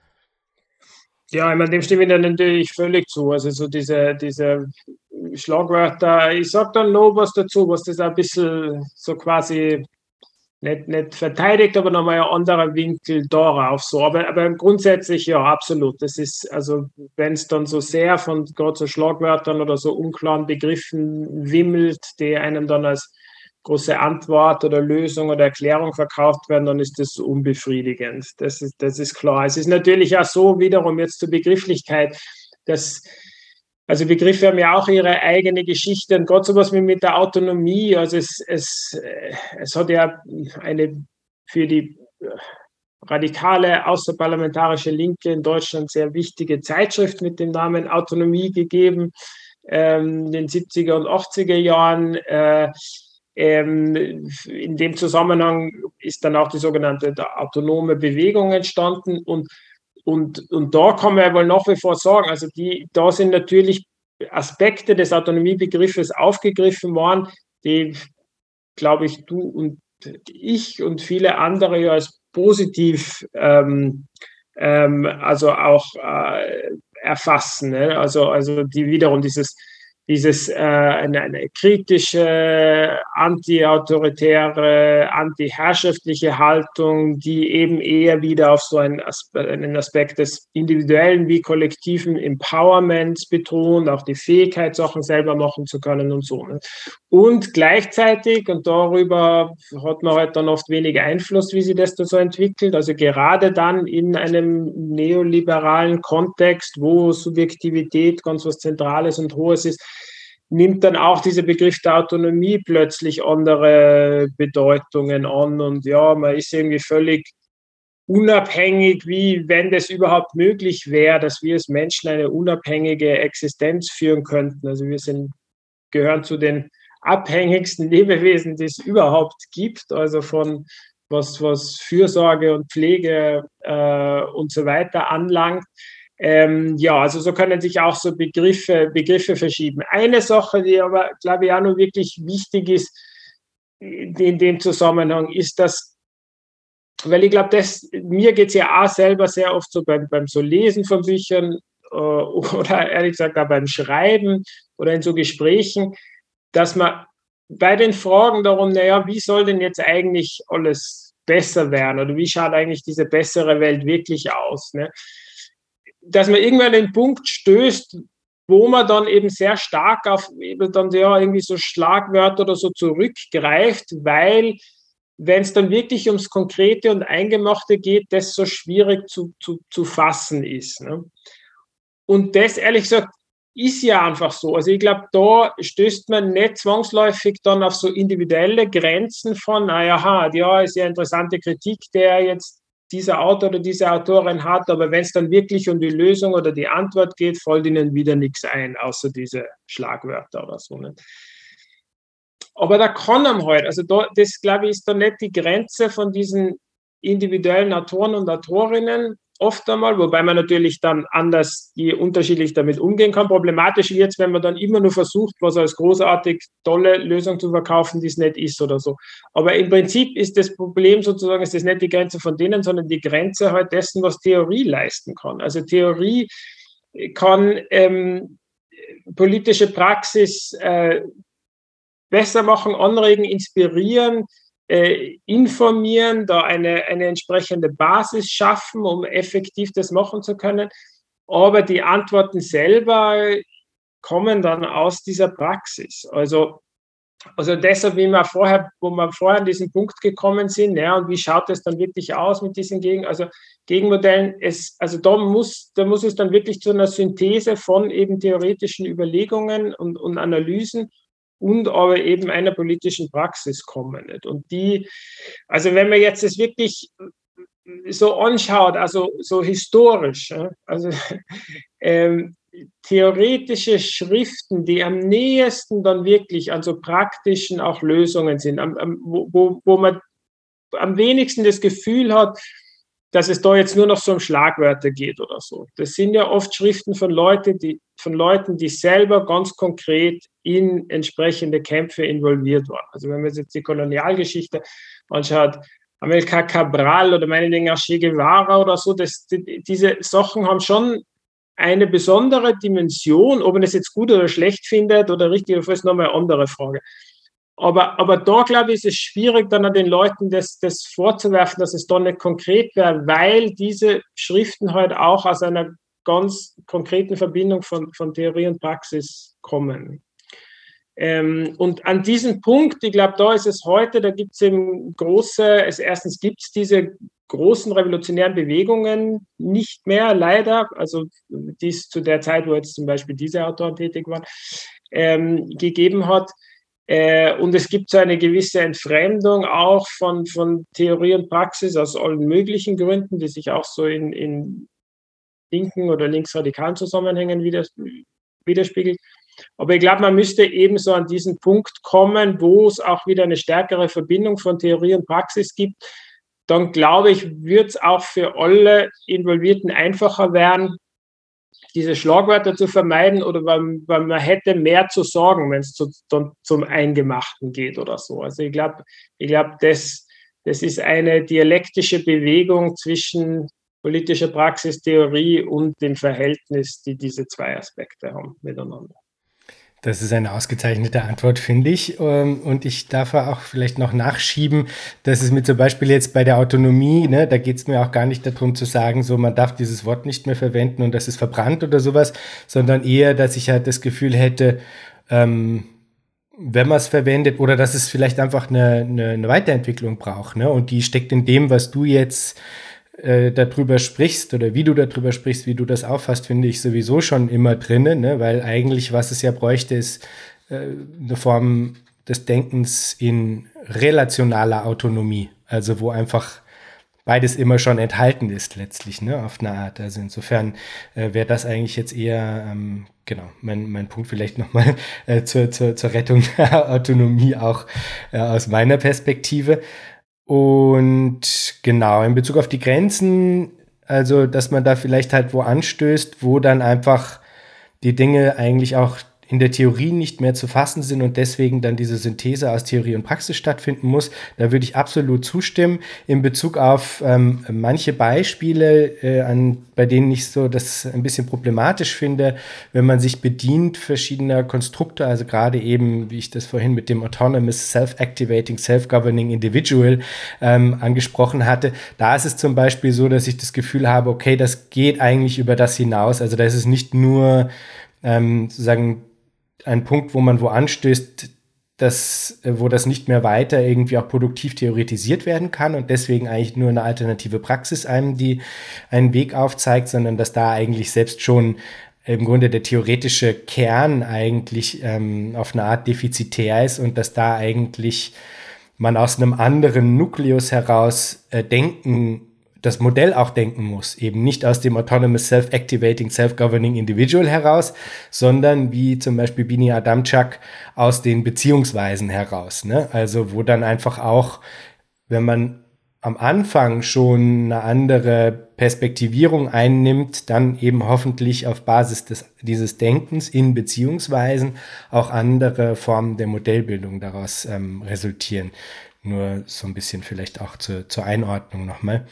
Ja, ich meine, dem stimme ich dann natürlich völlig zu. Also so diese, diese Schlagwörter, ich sage dann noch was dazu, was das ein bisschen so quasi nicht, nicht verteidigt, aber nochmal ein anderer Winkel darauf. So. Aber, aber grundsätzlich ja, absolut. Das ist, also wenn es dann so sehr von gerade so Schlagwörtern oder so unklaren Begriffen wimmelt, die einem dann als große Antwort oder Lösung oder Erklärung verkauft werden, dann ist das unbefriedigend. Das ist, das ist klar. Es ist natürlich auch so, wiederum jetzt zur Begrifflichkeit, dass, also Begriffe haben ja auch ihre eigene Geschichte und gerade sowas wie mit der Autonomie, also es, es, es hat ja eine für die radikale außerparlamentarische Linke in Deutschland sehr wichtige Zeitschrift mit dem Namen Autonomie gegeben, ähm, in den siebziger und achtziger Jahren. Äh, Ähm, in dem Zusammenhang ist dann auch die sogenannte autonome Bewegung entstanden und und, und da kann man ja wohl nach wie vor sagen, also die, da sind natürlich Aspekte des Autonomiebegriffes aufgegriffen worden, die, glaube ich, du und ich und viele andere ja als positiv ähm, ähm, also auch äh, erfassen. Ne? Also, also die wiederum dieses, dieses äh, eine, eine kritische, anti-autoritäre, anti-herrschaftliche Haltung, die eben eher wieder auf so einen Aspekt, einen Aspekt des individuellen wie kollektiven Empowerments betont, auch die Fähigkeit, Sachen selber machen zu können und so. Ne? Und gleichzeitig, und darüber hat man halt dann oft wenig Einfluss, wie sich das da so entwickelt, also gerade dann in einem neoliberalen Kontext, wo Subjektivität ganz was Zentrales und Hohes ist, nimmt dann auch dieser Begriff der Autonomie plötzlich andere Bedeutungen an und ja, man ist irgendwie völlig unabhängig, wie wenn das überhaupt möglich wäre, dass wir als Menschen eine unabhängige Existenz führen könnten. Also wir sind, gehören zu den abhängigsten Lebewesen, die es überhaupt gibt, also von was, was Fürsorge und Pflege äh, und so weiter anlangt. Ähm, ja, also so können sich auch so Begriffe, Begriffe verschieben. Eine Sache, die aber, glaube ich, auch noch wirklich wichtig ist in dem Zusammenhang, ist, dass, weil ich glaube, das, mir geht es ja auch selber sehr oft so beim, beim so Lesen von Büchern äh, oder ehrlich gesagt auch beim Schreiben oder in so Gesprächen, dass man bei den Fragen darum, naja, wie soll denn jetzt eigentlich alles besser werden oder wie schaut eigentlich diese bessere Welt wirklich aus, ne? Dass man irgendwann den Punkt stößt, wo man dann eben sehr stark auf eben dann ja irgendwie so Schlagwörter oder so zurückgreift, weil wenn es dann wirklich ums Konkrete und Eingemachte geht, das so schwierig zu, zu, zu fassen ist. Ne? Und das, ehrlich gesagt, ist ja einfach so. Also ich glaube, da stößt man nicht zwangsläufig dann auf so individuelle Grenzen von, naja, ja, ist ja interessante Kritik, der jetzt dieser Autor oder diese Autorin hat, aber wenn es dann wirklich um die Lösung oder die Antwort geht, fällt ihnen wieder nichts ein, außer diese Schlagwörter oder so. Ne? Aber da kann man halt, also da, das glaube ich, ist dann nicht die Grenze von diesen individuellen Autoren und Autorinnen oft einmal, wobei man natürlich dann anders, die unterschiedlich damit umgehen kann. Problematisch wird es, wenn man dann immer nur versucht, was als großartig tolle Lösung zu verkaufen, die es nicht ist oder so. Aber im Prinzip ist das Problem sozusagen, ist das nicht die Grenze von denen, sondern die Grenze halt dessen, was Theorie leisten kann. Also Theorie kann ähm, politische Praxis äh, besser machen, anregen, inspirieren, äh, informieren, da eine, eine entsprechende Basis schaffen, um effektiv das machen zu können. Aber die Antworten selber kommen dann aus dieser Praxis. Also, also deshalb, wie wir vorher, wo wir vorher an diesen Punkt gekommen sind, ja, und wie schaut es dann wirklich aus mit diesen Gegen, also Gegenmodellen? Es, also da muss, da muss es dann wirklich zu einer Synthese von eben theoretischen Überlegungen und, und Analysen und aber eben einer politischen Praxis kommen. Nicht? Und die, also wenn man jetzt das wirklich so anschaut, also so historisch, also ähm, theoretische Schriften, die am nächsten dann wirklich an so praktischen auch Lösungen sind, am, am, wo, wo man am wenigsten das Gefühl hat, dass es da jetzt nur noch so um Schlagwörter geht oder so. Das sind ja oft Schriften von, Leute, die, von Leuten, die selber ganz konkret in entsprechende Kämpfe involviert waren. Also wenn man jetzt die Kolonialgeschichte anschaut, Amilcar Cabral oder meinetwegen auch Che Guevara oder so, das, die, diese Sachen haben schon eine besondere Dimension. Ob man das jetzt gut oder schlecht findet oder richtig oder falsch, ist nochmal eine andere Frage. Aber, aber da, glaube ich, ist es schwierig, dann an den Leuten das, das vorzuwerfen, dass es da nicht konkret wäre, weil diese Schriften halt auch aus einer ganz konkreten Verbindung von, von Theorie und Praxis kommen. Ähm, und an diesem Punkt, ich glaube, da ist es heute, da gibt es eben große, es, erstens gibt es diese großen revolutionären Bewegungen nicht mehr, leider, also dies zu der Zeit, wo jetzt zum Beispiel diese Autoren tätig waren, ähm, gegeben hat. Äh, und es gibt so eine gewisse Entfremdung auch von, von Theorie und Praxis aus allen möglichen Gründen, die sich auch so in, in linken oder linksradikalen Zusammenhängen widers widerspiegelt. Aber ich glaube, man müsste eben so an diesen Punkt kommen, wo es auch wieder eine stärkere Verbindung von Theorie und Praxis gibt, dann glaube ich, wird es auch für alle Involvierten einfacher werden, diese Schlagwörter zu vermeiden oder weil, weil man hätte mehr zu sagen, wenn es zu, dann zum Eingemachten geht oder so. Also ich glaube, ich glaube, das, das ist eine dialektische Bewegung zwischen politischer Praxistheorie und dem Verhältnis, die diese zwei Aspekte haben miteinander. Das ist eine ausgezeichnete Antwort, finde ich. Und ich darf auch vielleicht noch nachschieben, dass es mir zum Beispiel jetzt bei der Autonomie, ne, da geht es mir auch gar nicht darum zu sagen, so man darf dieses Wort nicht mehr verwenden und das ist verbrannt oder sowas, sondern eher, dass ich halt das Gefühl hätte, ähm, wenn man es verwendet oder dass es vielleicht einfach eine, eine, eine Weiterentwicklung braucht. Ne? Und die steckt in dem, was du jetzt äh, darüber sprichst oder wie du darüber sprichst, wie du das auffasst, finde ich sowieso schon immer drin, ne? Weil eigentlich, was es ja bräuchte, ist äh, eine Form des Denkens in relationaler Autonomie, also wo einfach beides immer schon enthalten ist letztlich, ne, auf eine Art. Also insofern äh, wäre das eigentlich jetzt eher, ähm, genau, mein, mein Punkt vielleicht nochmal äh, zur, zur, zur Rettung der Autonomie auch äh, aus meiner Perspektive. Und genau, in Bezug auf die Grenzen, also dass man da vielleicht halt wo anstößt, wo dann einfach die Dinge eigentlich auch in der Theorie nicht mehr zu fassen sind und deswegen dann diese Synthese aus Theorie und Praxis stattfinden muss. Da würde ich absolut zustimmen. In Bezug auf ähm, manche Beispiele, äh, an, bei denen ich so das ein bisschen problematisch finde, wenn man sich bedient verschiedener Konstrukte, also gerade eben, wie ich das vorhin mit dem Autonomous Self-Activating, Self-Governing Individual ähm, angesprochen hatte, da ist es zum Beispiel so, dass ich das Gefühl habe, okay, das geht eigentlich über das hinaus. Also da ist es nicht nur ähm, sozusagen ein Punkt, wo man wo anstößt, dass, wo das nicht mehr weiter irgendwie auch produktiv theoretisiert werden kann und deswegen eigentlich nur eine alternative Praxis einem die einen Weg aufzeigt, sondern dass da eigentlich selbst schon im Grunde der theoretische Kern eigentlich ähm, auf eine Art defizitär ist und dass da eigentlich man aus einem anderen Nukleus heraus äh, denken das Modell auch denken muss, eben nicht aus dem Autonomous Self-Activating, Self-Governing Individual heraus, sondern wie zum Beispiel Bini Adamczak aus den Beziehungsweisen heraus. Ne? Also wo dann einfach auch, wenn man am Anfang schon eine andere Perspektivierung einnimmt, dann eben hoffentlich auf Basis des, dieses Denkens in Beziehungsweisen auch andere Formen der Modellbildung daraus ähm, resultieren. Nur so ein bisschen vielleicht auch zu, zur Einordnung nochmal.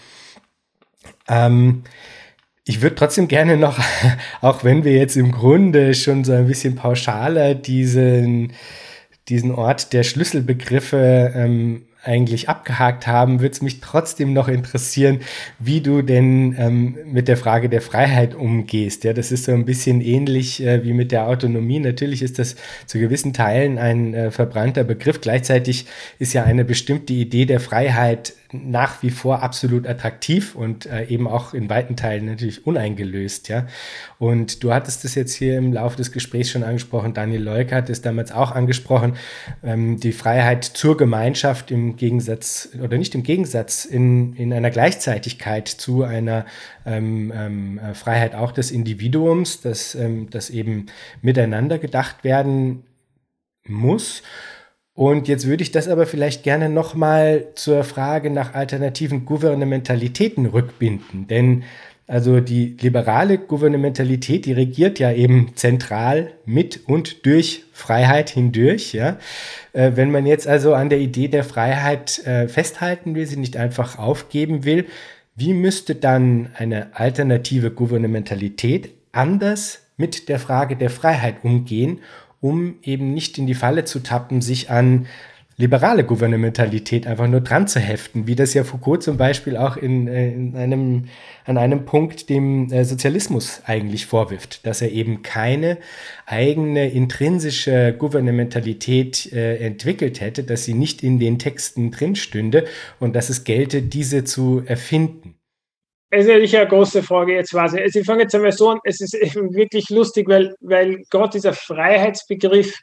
Ähm, ich würde trotzdem gerne noch, auch wenn wir jetzt im Grunde schon so ein bisschen pauschaler diesen, diesen Ort der Schlüsselbegriffe ähm, eigentlich abgehakt haben, würde es mich trotzdem noch interessieren, wie du denn ähm, mit der Frage der Freiheit umgehst. Ja, das ist so ein bisschen ähnlich äh, wie mit der Autonomie. Natürlich ist das zu gewissen Teilen ein äh, verbrannter Begriff. Gleichzeitig ist ja eine bestimmte Idee der Freiheit nach wie vor absolut attraktiv und äh, eben auch in weiten Teilen natürlich uneingelöst, ja. Und du hattest es jetzt hier im Laufe des Gesprächs schon angesprochen, Daniel Leuck hat es damals auch angesprochen, ähm, die Freiheit zur Gemeinschaft im Gegensatz, oder nicht im Gegensatz, in, in einer Gleichzeitigkeit zu einer ähm, ähm, Freiheit auch des Individuums, dass ähm, das eben miteinander gedacht werden muss. Und jetzt würde ich das aber vielleicht gerne nochmal zur Frage nach alternativen Gouvernementalitäten rückbinden. Denn also die liberale Gouvernementalität, die regiert ja eben zentral mit und durch Freiheit hindurch. Ja? Äh, wenn man jetzt also an der Idee der Freiheit äh, festhalten will, sie nicht einfach aufgeben will, wie müsste dann eine alternative Gouvernementalität anders mit der Frage der Freiheit umgehen, um eben nicht in die Falle zu tappen, sich an liberale Gouvernementalität einfach nur dran zu heften, wie das ja Foucault zum Beispiel auch in, in einem, an einem Punkt dem Sozialismus eigentlich vorwirft, dass er eben keine eigene intrinsische Gouvernementalität äh, entwickelt hätte, dass sie nicht in den Texten drin stünde und dass es gelte, diese zu erfinden. Es ist natürlich eine große Frage jetzt quasi. Also ich fange jetzt einmal so an, es ist wirklich lustig, weil, weil gerade dieser Freiheitsbegriff,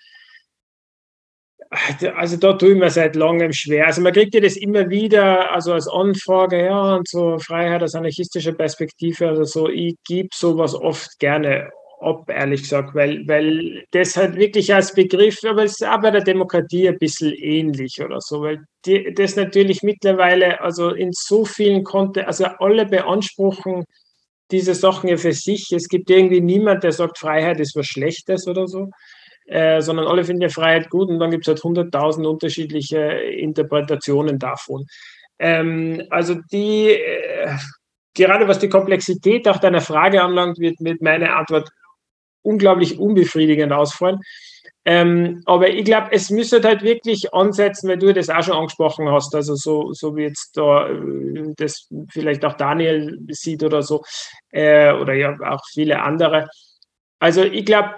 also da tue ich mir seit langem schwer. Also man kriegt ja das immer wieder, also als Anfrage, ja, und so Freiheit aus anarchistischer Perspektive, also so, ich gebe sowas oft gerne ab, ehrlich gesagt, weil, weil das halt wirklich als Begriff, aber es ist auch bei der Demokratie ein bisschen ähnlich oder so, weil die, das natürlich mittlerweile, also in so vielen Konten, also alle beanspruchen diese Sachen ja für sich. Es gibt irgendwie niemand, der sagt, Freiheit ist was Schlechtes oder so, äh, sondern alle finden ja Freiheit gut und dann gibt es halt hunderttausend unterschiedliche Interpretationen davon. Ähm, also die, äh, gerade was die Komplexität auch deiner Frage anlangt, wird mit meiner Antwort unglaublich unbefriedigend ausfallen. Ähm, aber ich glaube, es müsste halt wirklich ansetzen, weil du das auch schon angesprochen hast, also so, so wie jetzt da äh, das vielleicht auch Daniel sieht oder so, äh, oder ja auch viele andere. Also ich glaube,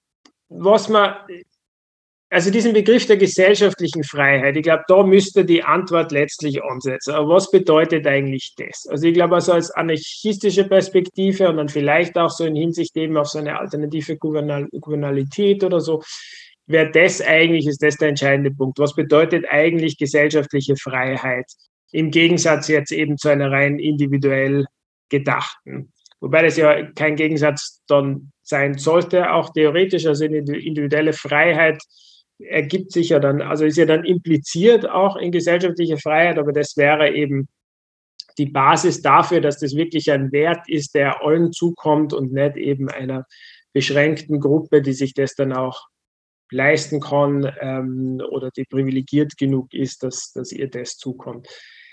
was man, also diesen Begriff der gesellschaftlichen Freiheit, ich glaube, da müsste die Antwort letztlich ansetzen. Aber was bedeutet eigentlich das? Also ich glaube, also als anarchistische Perspektive und dann vielleicht auch so in Hinsicht eben auf so eine alternative Gouvernalität oder so, wäre das eigentlich, ist das der entscheidende Punkt. Was bedeutet eigentlich gesellschaftliche Freiheit im Gegensatz jetzt eben zu einer rein individuell gedachten? Wobei das ja kein Gegensatz dann sein sollte, auch theoretisch, also eine individuelle Freiheit ergibt sich ja dann, also ist ja dann impliziert auch in gesellschaftlicher Freiheit, aber das wäre eben die Basis dafür, dass das wirklich ein Wert ist, der allen zukommt und nicht eben einer beschränkten Gruppe, die sich das dann auch leisten kann ähm, oder die privilegiert genug ist, dass, dass ihr das zukommt.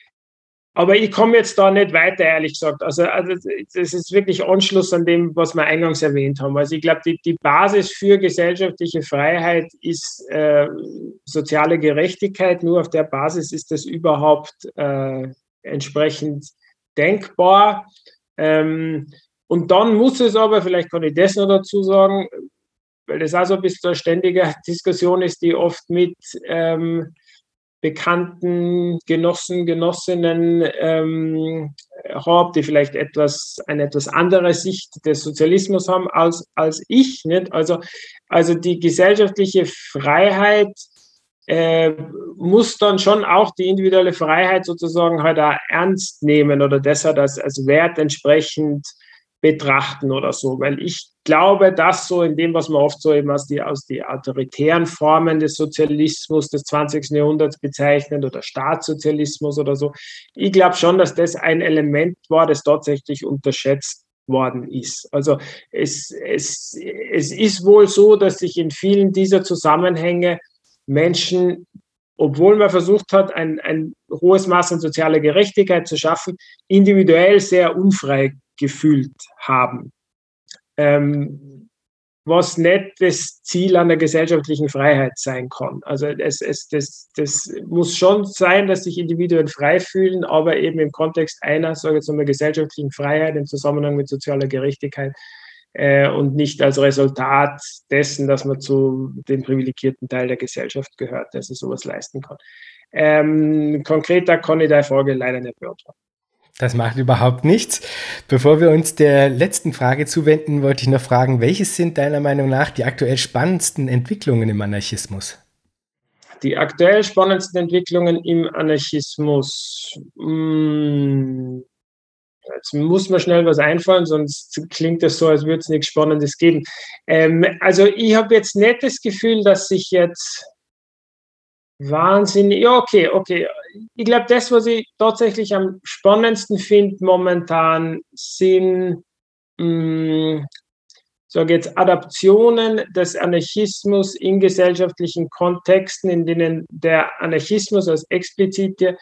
Aber ich komme jetzt da nicht weiter, ehrlich gesagt. Also, also das ist wirklich Anschluss an dem, was wir eingangs erwähnt haben. Also ich glaube, die, die Basis für gesellschaftliche Freiheit ist äh, soziale Gerechtigkeit. Nur auf der Basis ist das überhaupt äh, entsprechend denkbar. Ähm, und dann muss es aber, vielleicht kann ich das noch dazu sagen, weil das auch so ein bisschen eine ständige Diskussion ist, die oft mit ähm, bekannten Genossen, Genossinnen ähm, habe, die vielleicht etwas, eine etwas andere Sicht des Sozialismus haben als, als ich. Nicht? Also, also die gesellschaftliche Freiheit äh, muss dann schon auch die individuelle Freiheit sozusagen halt auch ernst nehmen oder deshalb als, als Wert entsprechend betrachten oder so, weil ich glaube, dass so in dem, was man oft so eben aus die, aus die autoritären Formen des Sozialismus des zwanzigsten Jahrhunderts bezeichnet oder Staatssozialismus oder so, ich glaube schon, dass das ein Element war, das tatsächlich unterschätzt worden ist. Also es, es, es ist wohl so, dass sich in vielen dieser Zusammenhänge Menschen, obwohl man versucht hat, ein, ein hohes Maß an sozialer Gerechtigkeit zu schaffen, individuell sehr unfrei gefühlt haben. Ähm, was nicht das Ziel einer gesellschaftlichen Freiheit sein kann. Also es, es, das, das muss schon sein, dass sich Individuen frei fühlen, aber eben im Kontext einer, sage ich jetzt mal, gesellschaftlichen Freiheit im Zusammenhang mit sozialer Gerechtigkeit äh, und nicht als Resultat dessen, dass man zu dem privilegierten Teil der Gesellschaft gehört, der sich sowas leisten kann. Ähm, konkreter kann ich deine Frage leider nicht beantworten. Das macht überhaupt nichts. Bevor wir uns der letzten Frage zuwenden, wollte ich noch fragen, welches sind deiner Meinung nach die aktuell spannendsten Entwicklungen im Anarchismus? Die aktuell spannendsten Entwicklungen im Anarchismus. Hm, jetzt muss mir schnell was einfallen, sonst klingt das so, als würde es nichts Spannendes geben. Ähm, also ich habe jetzt nicht das Gefühl, dass sich jetzt wahnsinnig, ja okay, okay. Ich glaube, das, was ich tatsächlich am spannendsten finde momentan, sind, mh, sage jetzt, Adaptionen des Anarchismus in gesellschaftlichen Kontexten, in denen der Anarchismus als explizite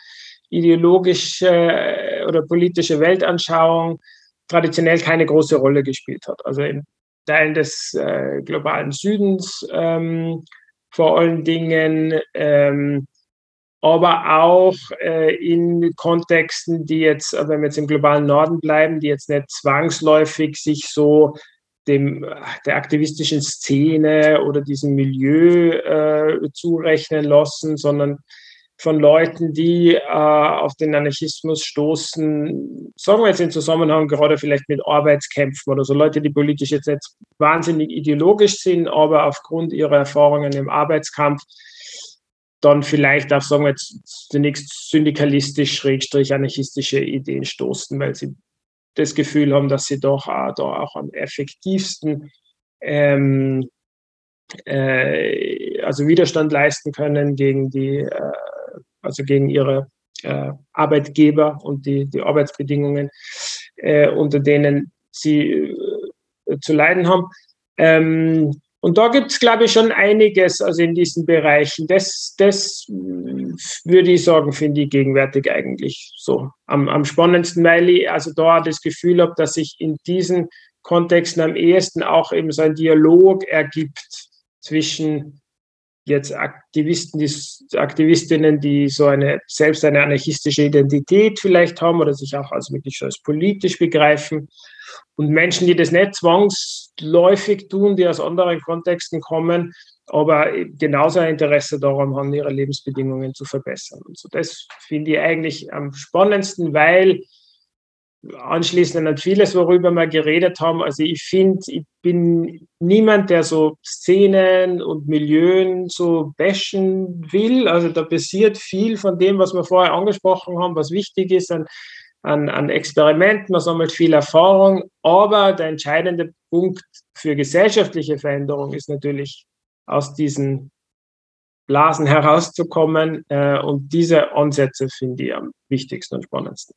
ideologische oder politische Weltanschauung traditionell keine große Rolle gespielt hat. Also in Teilen des äh, globalen Südens ähm, vor allen Dingen, ähm, aber auch äh, in Kontexten, die jetzt, wenn wir jetzt im globalen Norden bleiben, die jetzt nicht zwangsläufig sich so dem, der aktivistischen Szene oder diesem Milieu äh, zurechnen lassen, sondern von Leuten, die äh, auf den Anarchismus stoßen, sagen wir jetzt im Zusammenhang gerade vielleicht mit Arbeitskämpfen oder so, Leute, die politisch jetzt nicht wahnsinnig ideologisch sind, aber aufgrund ihrer Erfahrungen im Arbeitskampf dann vielleicht auf, sagen wir jetzt, zunächst syndikalistisch-anarchistische Ideen stoßen, weil sie das Gefühl haben, dass sie doch auch, da auch am effektivsten ähm, äh, also Widerstand leisten können gegen die, äh, also gegen ihre äh, Arbeitgeber und die, die Arbeitsbedingungen, äh, unter denen sie äh, zu leiden haben. Ähm, und da gibt es, glaube ich, schon einiges, also in diesen Bereichen. Das, das würde ich sagen, finde ich gegenwärtig eigentlich so am, am spannendsten, weil ich also da das Gefühl habe, dass sich in diesen Kontexten am ehesten auch eben so ein Dialog ergibt zwischen jetzt Aktivisten, die, Aktivistinnen, die so eine selbst eine anarchistische Identität vielleicht haben oder sich auch als wirklich als politisch begreifen, und Menschen, die das nicht zwangsläufig tun, die aus anderen Kontexten kommen, aber genauso ein Interesse daran haben, ihre Lebensbedingungen zu verbessern. Und so, das finde ich eigentlich am spannendsten, weil anschließend an vieles, worüber wir geredet haben. Also ich finde, ich bin niemand, der so Szenen und Milieuen so bashen will. Also da passiert viel von dem, was wir vorher angesprochen haben, was wichtig ist an, an, an Experimenten. Man sammelt viel Erfahrung. Aber der entscheidende Punkt für gesellschaftliche Veränderung ist natürlich, aus diesen Blasen herauszukommen. Und diese Ansätze finde ich am wichtigsten und spannendsten.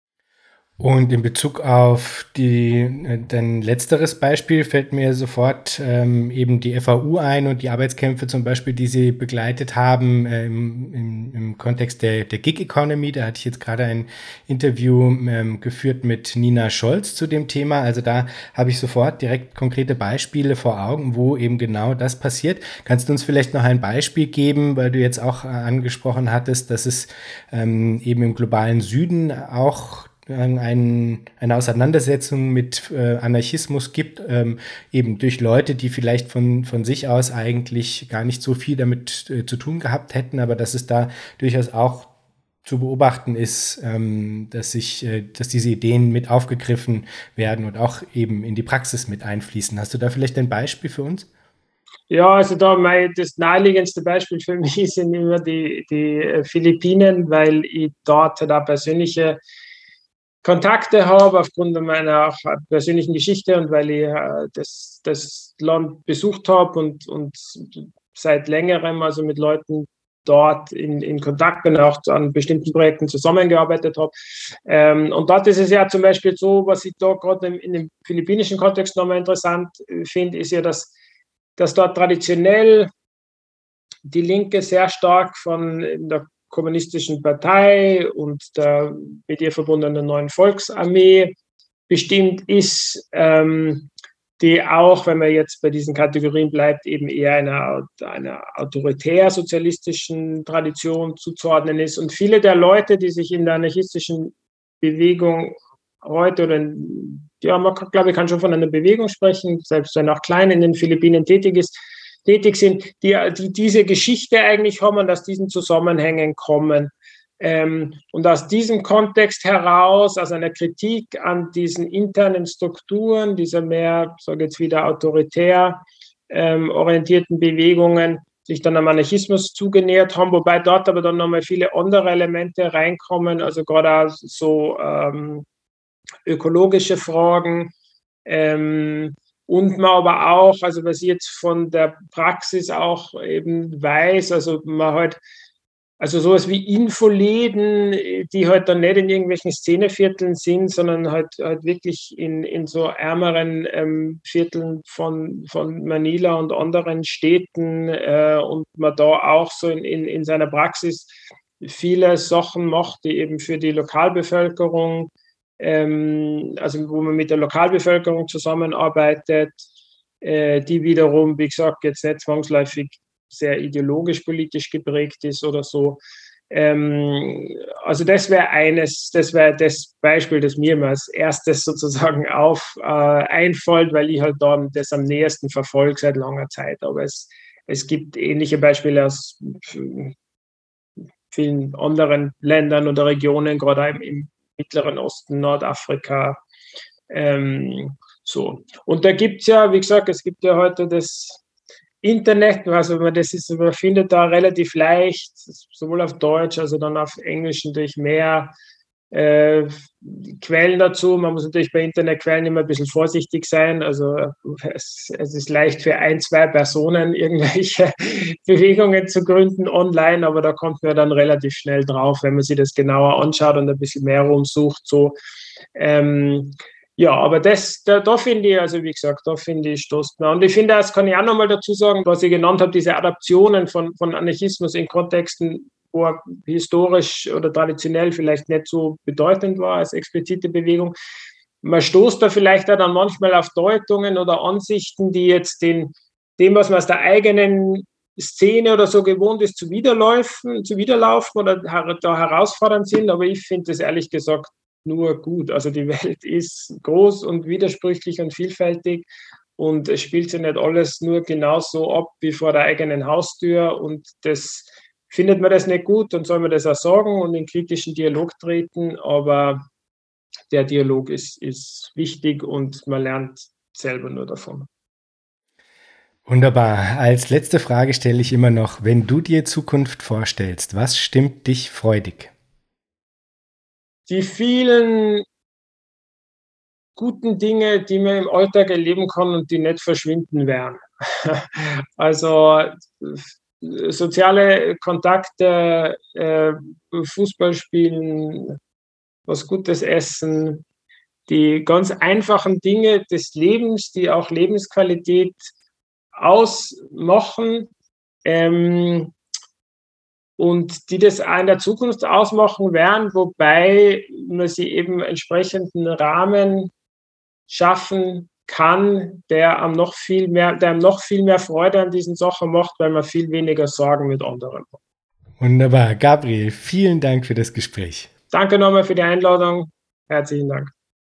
Und in Bezug auf die, dein letzteres Beispiel fällt mir sofort ähm, eben die F A U ein und die Arbeitskämpfe zum Beispiel, die Sie begleitet haben äh, im, im, im Kontext der, der Gig Economy. Da hatte ich jetzt gerade ein Interview ähm, geführt mit Nina Scholz zu dem Thema. Also da habe ich sofort direkt konkrete Beispiele vor Augen, wo eben genau das passiert. Kannst du uns vielleicht noch ein Beispiel geben, weil du jetzt auch äh, angesprochen hattest, dass es ähm, eben im globalen Süden auch Ein, eine Auseinandersetzung mit äh, Anarchismus gibt, ähm, eben durch Leute, die vielleicht von, von sich aus eigentlich gar nicht so viel damit äh, zu tun gehabt hätten, aber dass es da durchaus auch zu beobachten ist, ähm, dass sich, äh, dass diese Ideen mit aufgegriffen werden und auch eben in die Praxis mit einfließen. Hast du da vielleicht ein Beispiel für uns? Ja, also da mein, das naheliegendste Beispiel für mich sind immer die, die Philippinen, weil ich dort da persönliche Kontakte habe aufgrund meiner persönlichen Geschichte und weil ich äh, das, das Land besucht habe und, und seit längerem also mit Leuten dort in, in Kontakt bin, auch an bestimmten Projekten zusammengearbeitet habe. Ähm, und dort ist es ja zum Beispiel so, was ich da gerade in, in dem philippinischen Kontext nochmal interessant finde, ist ja, dass, dass dort traditionell die Linke sehr stark von der kommunistischen Partei und der mit ihr verbundenen Neuen Volksarmee bestimmt ist, ähm, die auch, wenn man jetzt bei diesen Kategorien bleibt, eben eher einer, einer autoritär-sozialistischen Tradition zuzuordnen ist. Und viele der Leute, die sich in der anarchistischen Bewegung heute, oder in, ja, man kann, glaube ich, kann schon von einer Bewegung sprechen, selbst wenn auch klein in den Philippinen tätig ist, tätig sind, die, die diese Geschichte eigentlich haben und aus diesen Zusammenhängen kommen. Ähm, und aus diesem Kontext heraus, aus einer Kritik an diesen internen Strukturen, dieser mehr, sage jetzt wieder, autoritär ähm, orientierten Bewegungen, sich dann am Anarchismus zugenähert haben, wobei dort aber dann nochmal viele andere Elemente reinkommen, also gerade auch so ähm, ökologische Fragen, ähm, und man aber auch, also was ich jetzt von der Praxis auch eben weiß, also man halt, also sowas wie Infoläden, die halt dann nicht in irgendwelchen Szenevierteln sind, sondern halt, halt wirklich in, in so ärmeren ähm, Vierteln von, von Manila und anderen Städten äh, und man da auch so in, in, in seiner Praxis viele Sachen macht, die eben für die Lokalbevölkerung, also wo man mit der Lokalbevölkerung zusammenarbeitet, die wiederum, wie gesagt, jetzt nicht zwangsläufig sehr ideologisch-politisch geprägt ist oder so. Also das wäre eines, das wäre das Beispiel, das mir immer als erstes sozusagen auf äh, einfällt, weil ich halt da das am nähersten verfolge seit langer Zeit. Aber es, es gibt ähnliche Beispiele aus vielen anderen Ländern oder Regionen, gerade im, im Mittleren Osten, Nordafrika, ähm, so. Und da gibt es ja, wie gesagt, es gibt ja heute das Internet, also man, das ist, man findet da relativ leicht, sowohl auf Deutsch, also dann auf Englisch natürlich mehr äh, Quellen dazu. Man muss natürlich bei Internetquellen immer ein bisschen vorsichtig sein. Also es, es ist leicht für ein, zwei Personen irgendwelche Bewegungen zu gründen online, aber da kommt man dann relativ schnell drauf, wenn man sich das genauer anschaut und ein bisschen mehr rumsucht. So. Ähm, ja, aber das, da, da finde ich, also wie gesagt, da finde ich, stoßt man. Und ich finde, das kann ich auch nochmal dazu sagen, was ich genannt habe, diese Adaptionen von, von Anarchismus in Kontexten, wo er historisch oder traditionell vielleicht nicht so bedeutend war als explizite Bewegung. Man stoßt da vielleicht auch dann manchmal auf Deutungen oder Ansichten, die jetzt den, dem, was man aus der eigenen Szene oder so gewohnt ist, zuwiderlaufen, zuwiderlaufen oder da herausfordernd sind. Aber ich finde das ehrlich gesagt nur gut. Also die Welt ist groß und widersprüchlich und vielfältig und es spielt sich nicht alles nur genauso ab wie vor der eigenen Haustür und das findet man das nicht gut, dann soll man das auch sagen und in kritischen Dialog treten, aber der Dialog ist, ist wichtig und man lernt selber nur davon. Wunderbar. Als letzte Frage stelle ich immer noch, wenn du dir Zukunft vorstellst, was stimmt dich freudig? Die vielen guten Dinge, die man im Alltag erleben kann und die nicht verschwinden werden. Also soziale Kontakte, äh, Fußball spielen, was Gutes essen, die ganz einfachen Dinge des Lebens, die auch Lebensqualität ausmachen ähm, und die das auch in der Zukunft ausmachen werden, wobei man sie eben entsprechenden Rahmen schaffen kann, der einem noch viel mehr, der einem noch viel mehr Freude an diesen Sachen macht, weil man viel weniger Sorgen mit anderen hat. Wunderbar. Gabriel, vielen Dank für das Gespräch. Danke nochmal für die Einladung. Herzlichen Dank.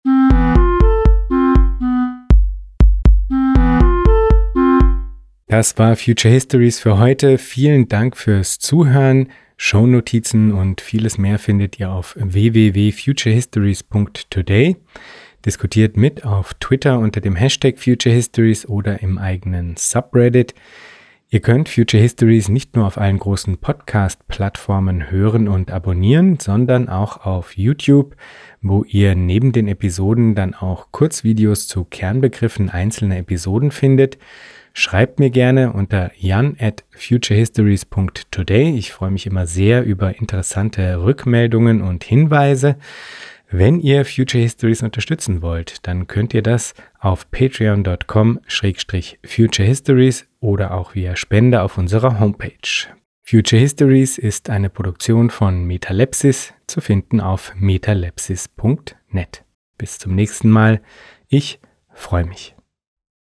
Das war Future Histories für heute. Vielen Dank fürs Zuhören. Shownotizen und vieles mehr findet ihr auf w w w punkt future histories punkt today. Diskutiert mit auf Twitter unter dem Hashtag Future Histories oder im eigenen Subreddit. Ihr könnt Future Histories nicht nur auf allen großen Podcast-Plattformen hören und abonnieren, sondern auch auf YouTube, wo ihr neben den Episoden dann auch Kurzvideos zu Kernbegriffen einzelner Episoden findet. Schreibt mir gerne unter jan at futurehistories punkt today. Ich freue mich immer sehr über interessante Rückmeldungen und Hinweise. Wenn ihr Future Histories unterstützen wollt, dann könnt ihr das auf patreon punkt com slash future histories oder auch via Spende auf unserer Homepage. Future Histories ist eine Produktion von Metalepsis, zu finden auf metalepsis punkt net. Bis zum nächsten Mal. Ich freue mich.